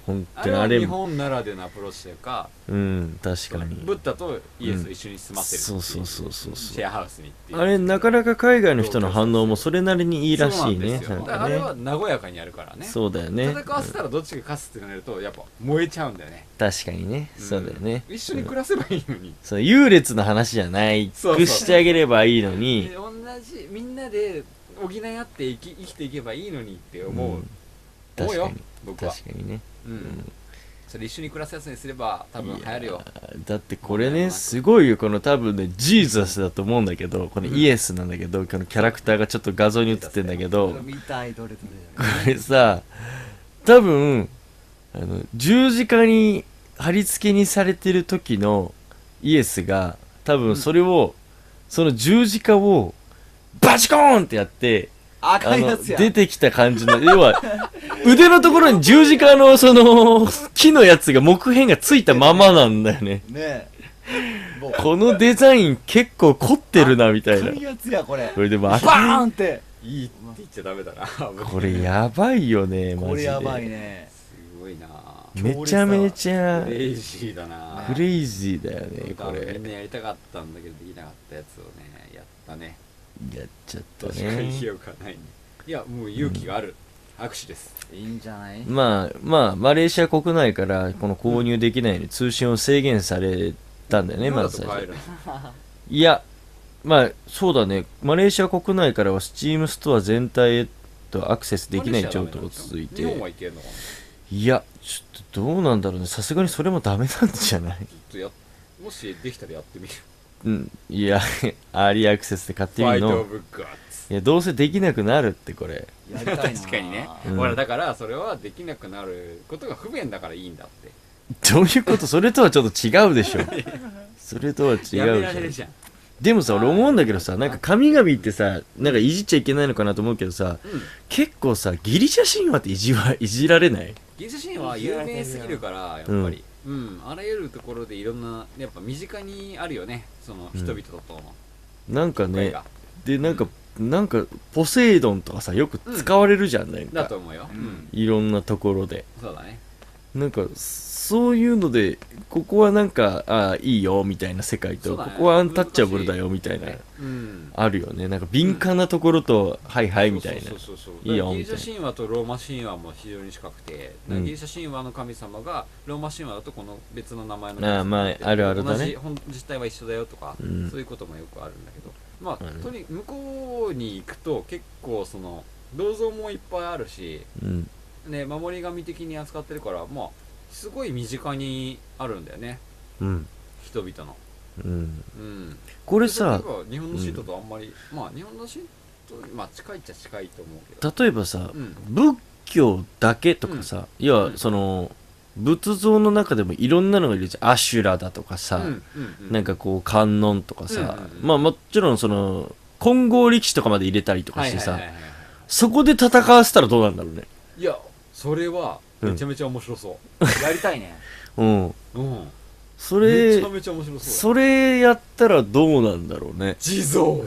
本当にあれは日本ならでのアプローチというか、 確かにブッダとイエスを一緒に住ませるっていう、 そうシェアハウスにっていう。 あれなかなか海外の人の反応もそれなりにいいらしいね。 だからあれは和やかにやるからね。 そうだよね。 戦わせたらどっちが勝つってなるとやっぱ燃えちゃうんだよね。 確かにね、そうだよね。 一緒に暮らせばいいのに、 そう優劣の話じゃないくしてあげればいいのに、 同じみんなで補い合って生きていけばいいのにって思う。 確かに僕は確かにね。 それ一緒に暮らすやつにすれば多分流行るよ。 だってこれねすごいよ、この多分ねジーザスだと思うんだけど、このイエスなんだけど、このキャラクターがちょっと画像に映ってんだけど、 見たいどれどこれさ多分十字架に貼り付けにされてる時のイエスが多分それを、その十字架をバチコーンってやって赤いやつや出てきた感じの要は腕のところに十字架のその木のやつが木片がついたままなんだよね。 ねこのデザイン結構凝ってるなみたいな。 赤いやつやこれ。 これでもバーンっていいって言っちゃダメだな。 これやばいよねマジで。 これやばいね。 すごいな。 めちゃめちゃクレイジーだな。 クレイジーだよねこれ。 みんなやりたかったんだけどできなかったやつをねやったね。 やっちゃった確かにね。 よくはないね。いやもう勇気がある、握手です。 いいんじゃない。 まあマレーシア国内からこの購入できないように通信を制限されたんだよね、まず最初。いやまあそうだね、マレーシア国内からはスチームストア全体へとアクセスできない状態が続いて、 日本はいけるのかな。 いやちょっとどうなんだろうね、さすがにそれもダメなんじゃない。 もしできたらやってみる。 いやアーリーアクセスで買ってみるの。いやどうせできなくなるってこれ。 やりたいな。 確かにね、ほらだからそれはできなくなることが不便だからいいんだって。 どういうこと？それとはちょっと違うでしょ。それとは違うじゃん。 やめられるじゃん。 でもさ俺思うんだけどさ、なんか神々ってさなんかいじっちゃいけないのかなと思うけどさ、結構さギリシャ神話っていじられない？ ギリシャ神話は有名すぎるからやっぱり、あらゆるところでいろんなやっぱ身近にあるよね、その人々との、 なんかね、でなんかポセイドンとかさよく使われるじゃん、なんかだと思うよ、 いろんなところで。 そうだね。 なんかそういうのでここはなんかいいよみたいな世界と、ここはアンタッチャブルだよみたいな、あるよね。なんか敏感なところと、はいはいみたいな、いいよみたいな。 ギリシャ神話とローマ神話も非常に近くて、ギリシャ神話の神様がローマ神話だとこの別の名前の神様まああるあるだね。 同じ実態は一緒だよとか、そういうこともよくあるんだけど、まあ向こうに行くと結構その銅像もいっぱいあるし、ね、守り神的に扱ってるから、まあすごい身近にあるんだよね、人々の。これさ、日本のシートとあんまり、まあ日本のシートまあ近いっちゃ近いと思うけど、 例えばさ、仏教だけとかさ、要はその仏像の中でもいろんなのがいるじゃん。アシュラだとかさ、なんかこう観音とかさ、まあもちろんその金剛力士とかまで入れたりとかしてさ、そこで戦わせたらどうなんだろうね。 いやそれはめちゃめちゃ面白そう、 やりたいね。 それめちゃめちゃ面白そう。 それやったらどうなんだろうね。 地蔵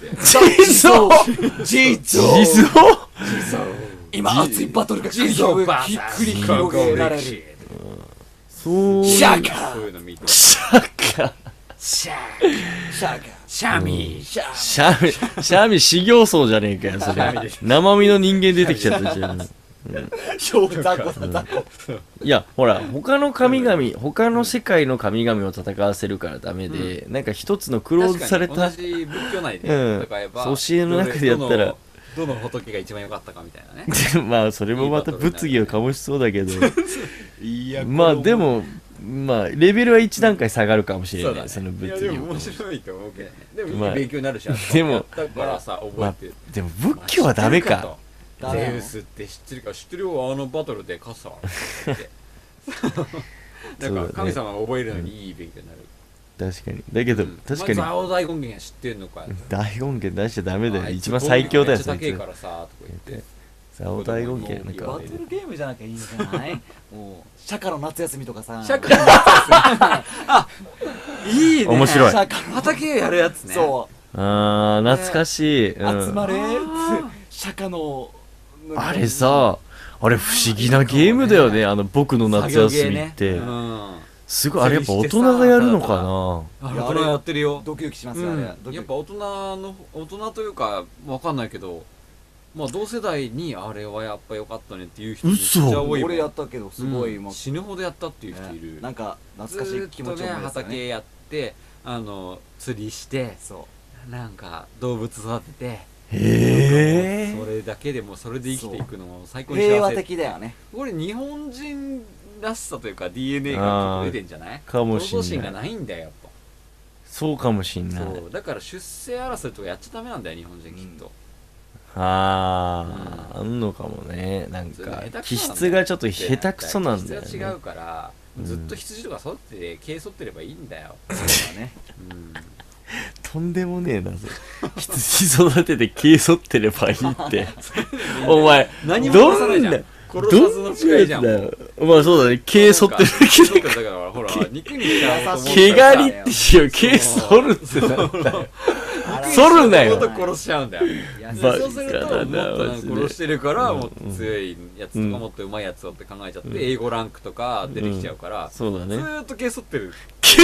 今熱いバトルが繰り広げられる。 そうシャカそういうの見て、 シャカシャミ修行僧じゃねえかよそれ。生身の人間出てきちゃったじゃん。いやほら他の世界の神々を戦わせるからダメで、なんか一つのクローズされた同じ仏教内で戦えば、 教えの中でやったらどの仏が一番良かったかみたいなね。 まあそれもまた物議を醸しそうだけどまあでもまあレベルは1段階下がるかもしれない、その物議を。 でも面白いと思うけどね。でもいい勉強になるし、 でもだからさ覚えて。 でも仏教はダメか。 ゼウスって知ってるか？知ってるよ、あのバトルで勝つわってなんか神様が覚えるのにいい勉強になる。 確かに。だけど確かに蔵王大権現知ってんのか。 大権現出しちゃダメだよ。一番最強だよそいつ。 からさとか言って蔵王大権現なんかバトルゲームじゃなきゃいいんじゃない？もう釈迦の夏休みとかさ。 釈迦の夏休み。いいね。 面白い。 畑やるやつね。 そう。 懐かしい。 集まれ。釈迦のあれさ、 あれ不思議なゲームだよね、僕の夏休みって、すごいあれやっぱ大人がやるのかな。 大人やってるよ。 ドキドキしますよね。 やっぱ大人というかわかんないけど、まあ同世代にあれはやっぱ良かったねっていう人めっちゃ多い。 俺やったけどすごい死ぬほどやったっていう人いる。 なんか懐かしい気持ちを思い出すね。 畑やって釣りして、なんか動物育てて、 へえ。 それだけでもそれで生きていくのも最高に幸せ。 平和的だよね。 これ日本人らしさというか DNA が出てんじゃない？ かもしんない。 闘争心がないんだよやっぱ。 そうかもしんない。 そうだから出世争いとかやっちゃダメなんだよ日本人きっと。 あんのかもね。なんか気質がちょっと下手くそなんだよね。 気質が違うからずっと羊とか育って毛剃ってればいいんだよ。 そうだね。 とんでもねえな、羊育てて毛剃ってればいいってお前何も殺さないじゃん。殺さずの誓いじゃん。 まあそうだね、毛剃ってるだけだからほら肉にしちゃうと思う。 毛刈りってしよう、毛剃るってなんだよ。剃るなよ。 殺しちゃうんだよ。そうするともっと殺してるからもっと強いやつとかもっとうまいやつをって考えちゃって英語ランクとか出てきちゃうから、 そうだね。 ずーっと毛剃ってる。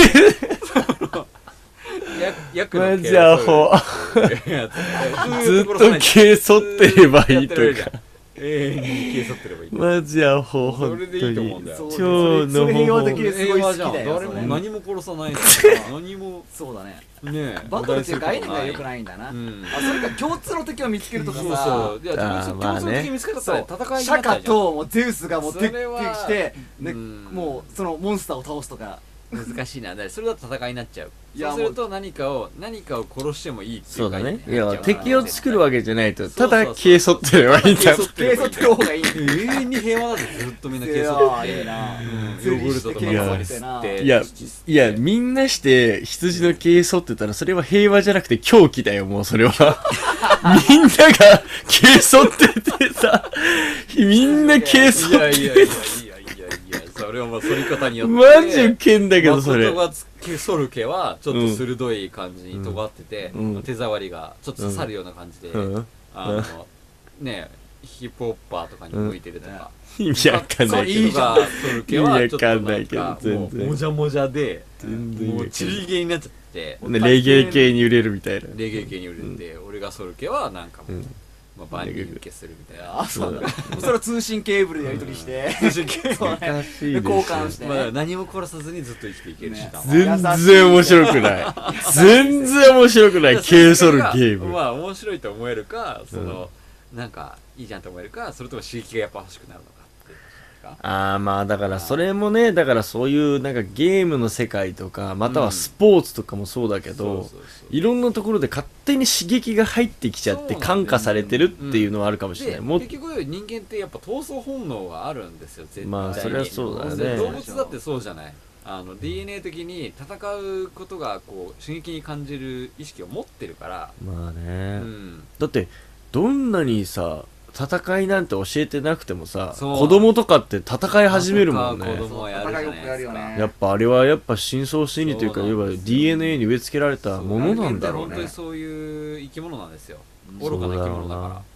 マジアホ。ずっと毛剃ってればいいとか。 永遠に毛剃ってればいい。 マジアホ、ほんとに。 それでいいと思うんだよ。 超の平和的ですごい好きだよ。 誰も何も殺さないし、何も。 そうだね。 ねバトルっていう概念が良くないんだな。それか共通の敵を見つけるとかさ。 そう。いや共通の敵見つけたら戦いになっちゃうじゃん。 シャカともうゼウスがもう敵してもうそのモンスターを倒すとか。 難しいな。それだと戦いになっちゃう。そうすると何かを殺してもいいっていう概念。そうだね。いや敵を作るわけじゃないと、ただ毛剃ってればいいんだ。 毛剃ってる方がいい。 永遠に平和だってずっとみんな毛剃ってヨーグルトとか吸って。 いやみんなして羊の毛剃ってたらそれは平和じゃなくて狂気だよ。もうそれはみんなが毛剃っててさ、みんな毛剃ってて。 それはまあ剃り方によってマジウケんだけどそれ。 剃る毛はちょっと鋭い感じに尖ってて、手触りがちょっと刺さるような感じで、ねヒップホッパーとかに向いてるとか。 意味わかんないけど。 剃る毛はちょっとなんかもうもじゃもじゃで、もうちり毛になっちゃって、 レゲエ系に揺れるみたいな。 レゲエ系に揺れて、俺が剃る毛はなんかもう。万人受けするみたいな。 そうだ。それは通信ケーブルでやり取りして、通信ケーブルで交換して、 何も殺さずにずっと生きていけるし。 全然面白くない。全然面白くない。毛剃るゲーム。 まあ面白いと思えるか、そのなんかいいじゃんと思えるか、それとも刺激がやっぱ欲しくなるのか。 まあだからそれもね、だからそういうなんかゲームの世界とかまたはスポーツとかもそうだけど、いろんなところで勝手に刺激が入ってきちゃって感化されてるっていうのはあるかもしれない。 結局人間ってやっぱ闘争本能があるんですよ、絶対に。 まあそれはそうだね。 動物だってそうじゃない。DNA 的に戦うことがこう刺激に感じる意識を持ってるから。 まあね、だってどんなにさ戦いなんて教えてなくてもさ、子供とかって戦い始めるもんね。 子供やるじゃないですか。 やっぱあれはやっぱ深層心理というか、いわば DNA に植え付けられたものなんだろうね。 本当にそういう生き物なんですよ。愚かな生き物だから。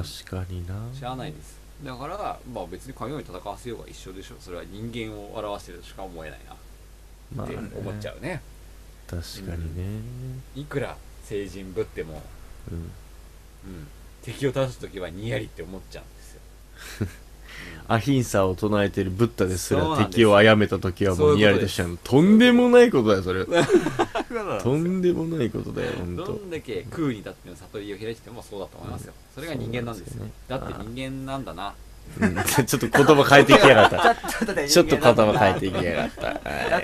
確かにな。 知らないです。だからまあ別に神々戦わせようが一緒でしょ。それは人間を表してるとしか思えないなって思っちゃうね。 確かにね。 いくら成人ぶっても、敵を倒すときはにやりって思っちゃうんですよ。 アヒンサーを唱えてるブッダですら敵を殺めたときはもうにやりとしちゃう。とんでもないことだよそれ。とんでもないことだよ本当。 どんだけ空に立っての悟りを開いてもそうだと思いますよ。それが人間なんですよ。だって人間なんだな。 ちょっと言葉変えてきやがった。ちょっと言葉変えてきやがった。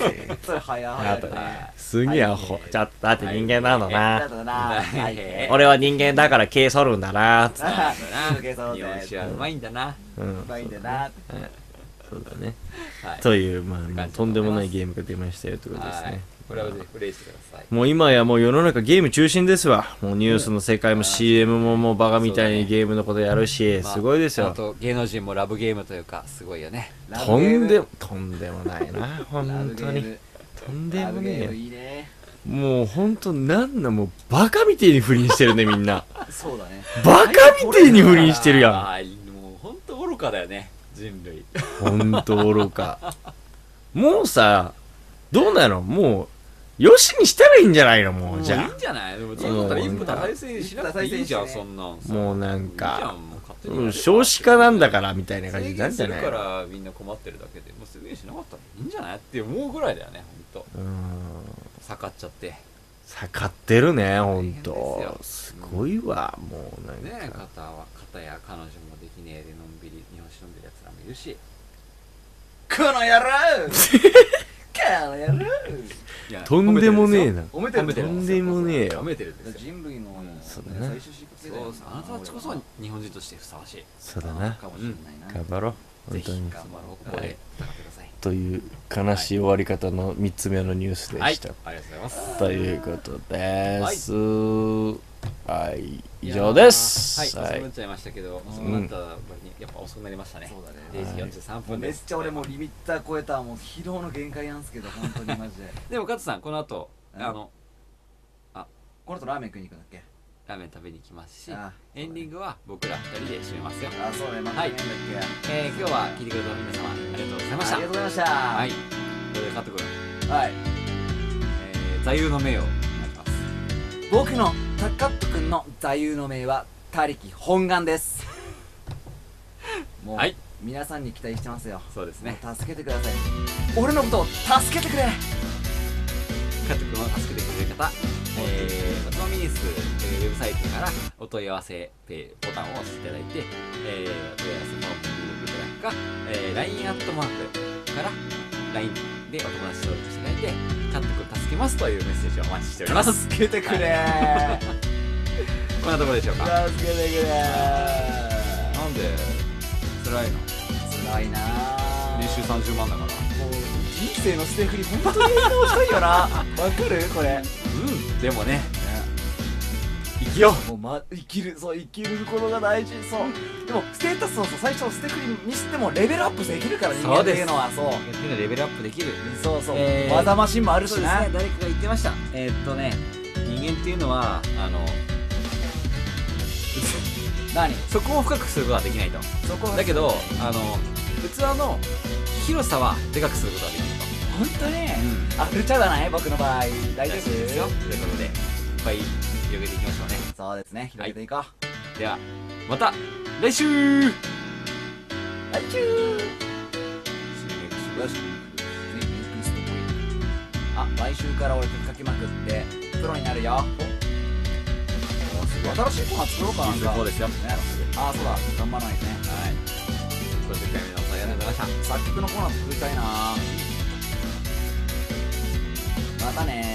すげえアホ。ちょっとだって人間なのな。俺は人間だから毛剃るんだな。 日本酒はうまいんだな。 うまいんだな。 そうだね。というまあとんでもないゲームが出ましたよということですね。 これはぜひプレイしてください。 もう今やもう世の中ゲーム中心ですわ。もうニュースの世界も CM ももうバカみたいにゲームのことやるし、すごいですよ。 あと芸能人もラブゲームというかすごいよね。 とんでもないな本当に。とんでもねえ。もう本当なんだもうバカみてえに不倫してるねみんな。 そうだね。 バカみてえに不倫してるやん。 もう本当愚かだよね人類。 ほんと愚か。もうさ、どうなの、もうよしにしたらいいんじゃないの、もう。じゃあいいんじゃない。でもそうだったら一夫多妻制しなくていいじゃん、そんなん。 もうなんかいいじゃん、もう少子化なんだからみたいな感じになるんじゃない。 制限するからみんな困ってるだけで、もう制限しなかったらいいんじゃないって思うぐらいだよね、ほんと。盛っちゃって盛ってるね、ほんと。すごいわ、もうなんかねえ、片や彼女もできねえでのんびり日本酒飲んでるやつらもいるし、 この野郎この野郎。 とんでもねえな。 褒めてる。 とんでもねえよ。 褒めてるんですよ。 人類のそうだな。 最終疾病だよ。 あなたたちこそ日本人としてふさわしい。 そうだな。 かもしれないな。 頑張ろう、本当に。 頑張ろう。ここで戦ってください。 という悲しい終わり方の3つ目のニュースでした。 ありがとうございます。 ということです。はい、以上です。 はい、遅くなっちゃいましたけど、遅くなった割にやっぱ遅くなりましたね。 そうだね。 0時43分めっです。 ちゃ俺もうリミッター超えた、もう疲労の限界なんですけど、本当にマジで。 でもカツさん、この後この後ラーメン食いに行くんだっけ。 ラーメン食べに行きますし、 あエンディングは僕ら2人で締めますよ。 あ、そうね、またねんだっけ。 今日は聞いてくれた皆様ありがとうございました。 ありがとうございました。 はい、これでカット君、 はい。 座右の銘をお願いします。 僕のタカット君の座右の銘は他力本願です。もう、 はい、 皆さんに期待してますよ。 そうですね。 もう助けてください。俺のことを助けてくれ。 カット君を助けてくれる方、おつまみニュース、ウェブサイトからお問い合わせボタンを押していただいて、お問い合わせフォームに入れていただくか、LINE アットマークから LINE でお友達登録していただいて、カット君助けますというメッセージをお待ちしております。 助けてくれ。 こんなところでしょうか。 助けてくれ。 なんで辛いの？ 辛いなぁ。 年収30万だから。 もう人生の捨て振り本当にやり直したいよな。わかるこれ。 でもね、生きよう。 もう生きる、そう、生きることが大事。そうでもステータスを最初捨て振りにしてもレベルアップできるから、人間っていうのは。そう逆にレベルアップできる。 そうそう、技マシンもあるしな。 誰かが言ってました。人間っていうのは何そこを深くすることはできないと。だけど器の広さはでかくすることができると。 本当にあふれちゃうだない僕の場合。大丈夫ですよ。ということでいっぱい広げていきましょうね。 そうですね、広げていこう。 ではまた来週。 来週。あ、来週から俺書きまくってプロになるよ。新しいコーナー作ろうかなんか。 そうですよ。 あ、そうだ、頑張らないとね。 はい。50回目のおさありがとうございました。 作曲のコーナー作りたいな。またね。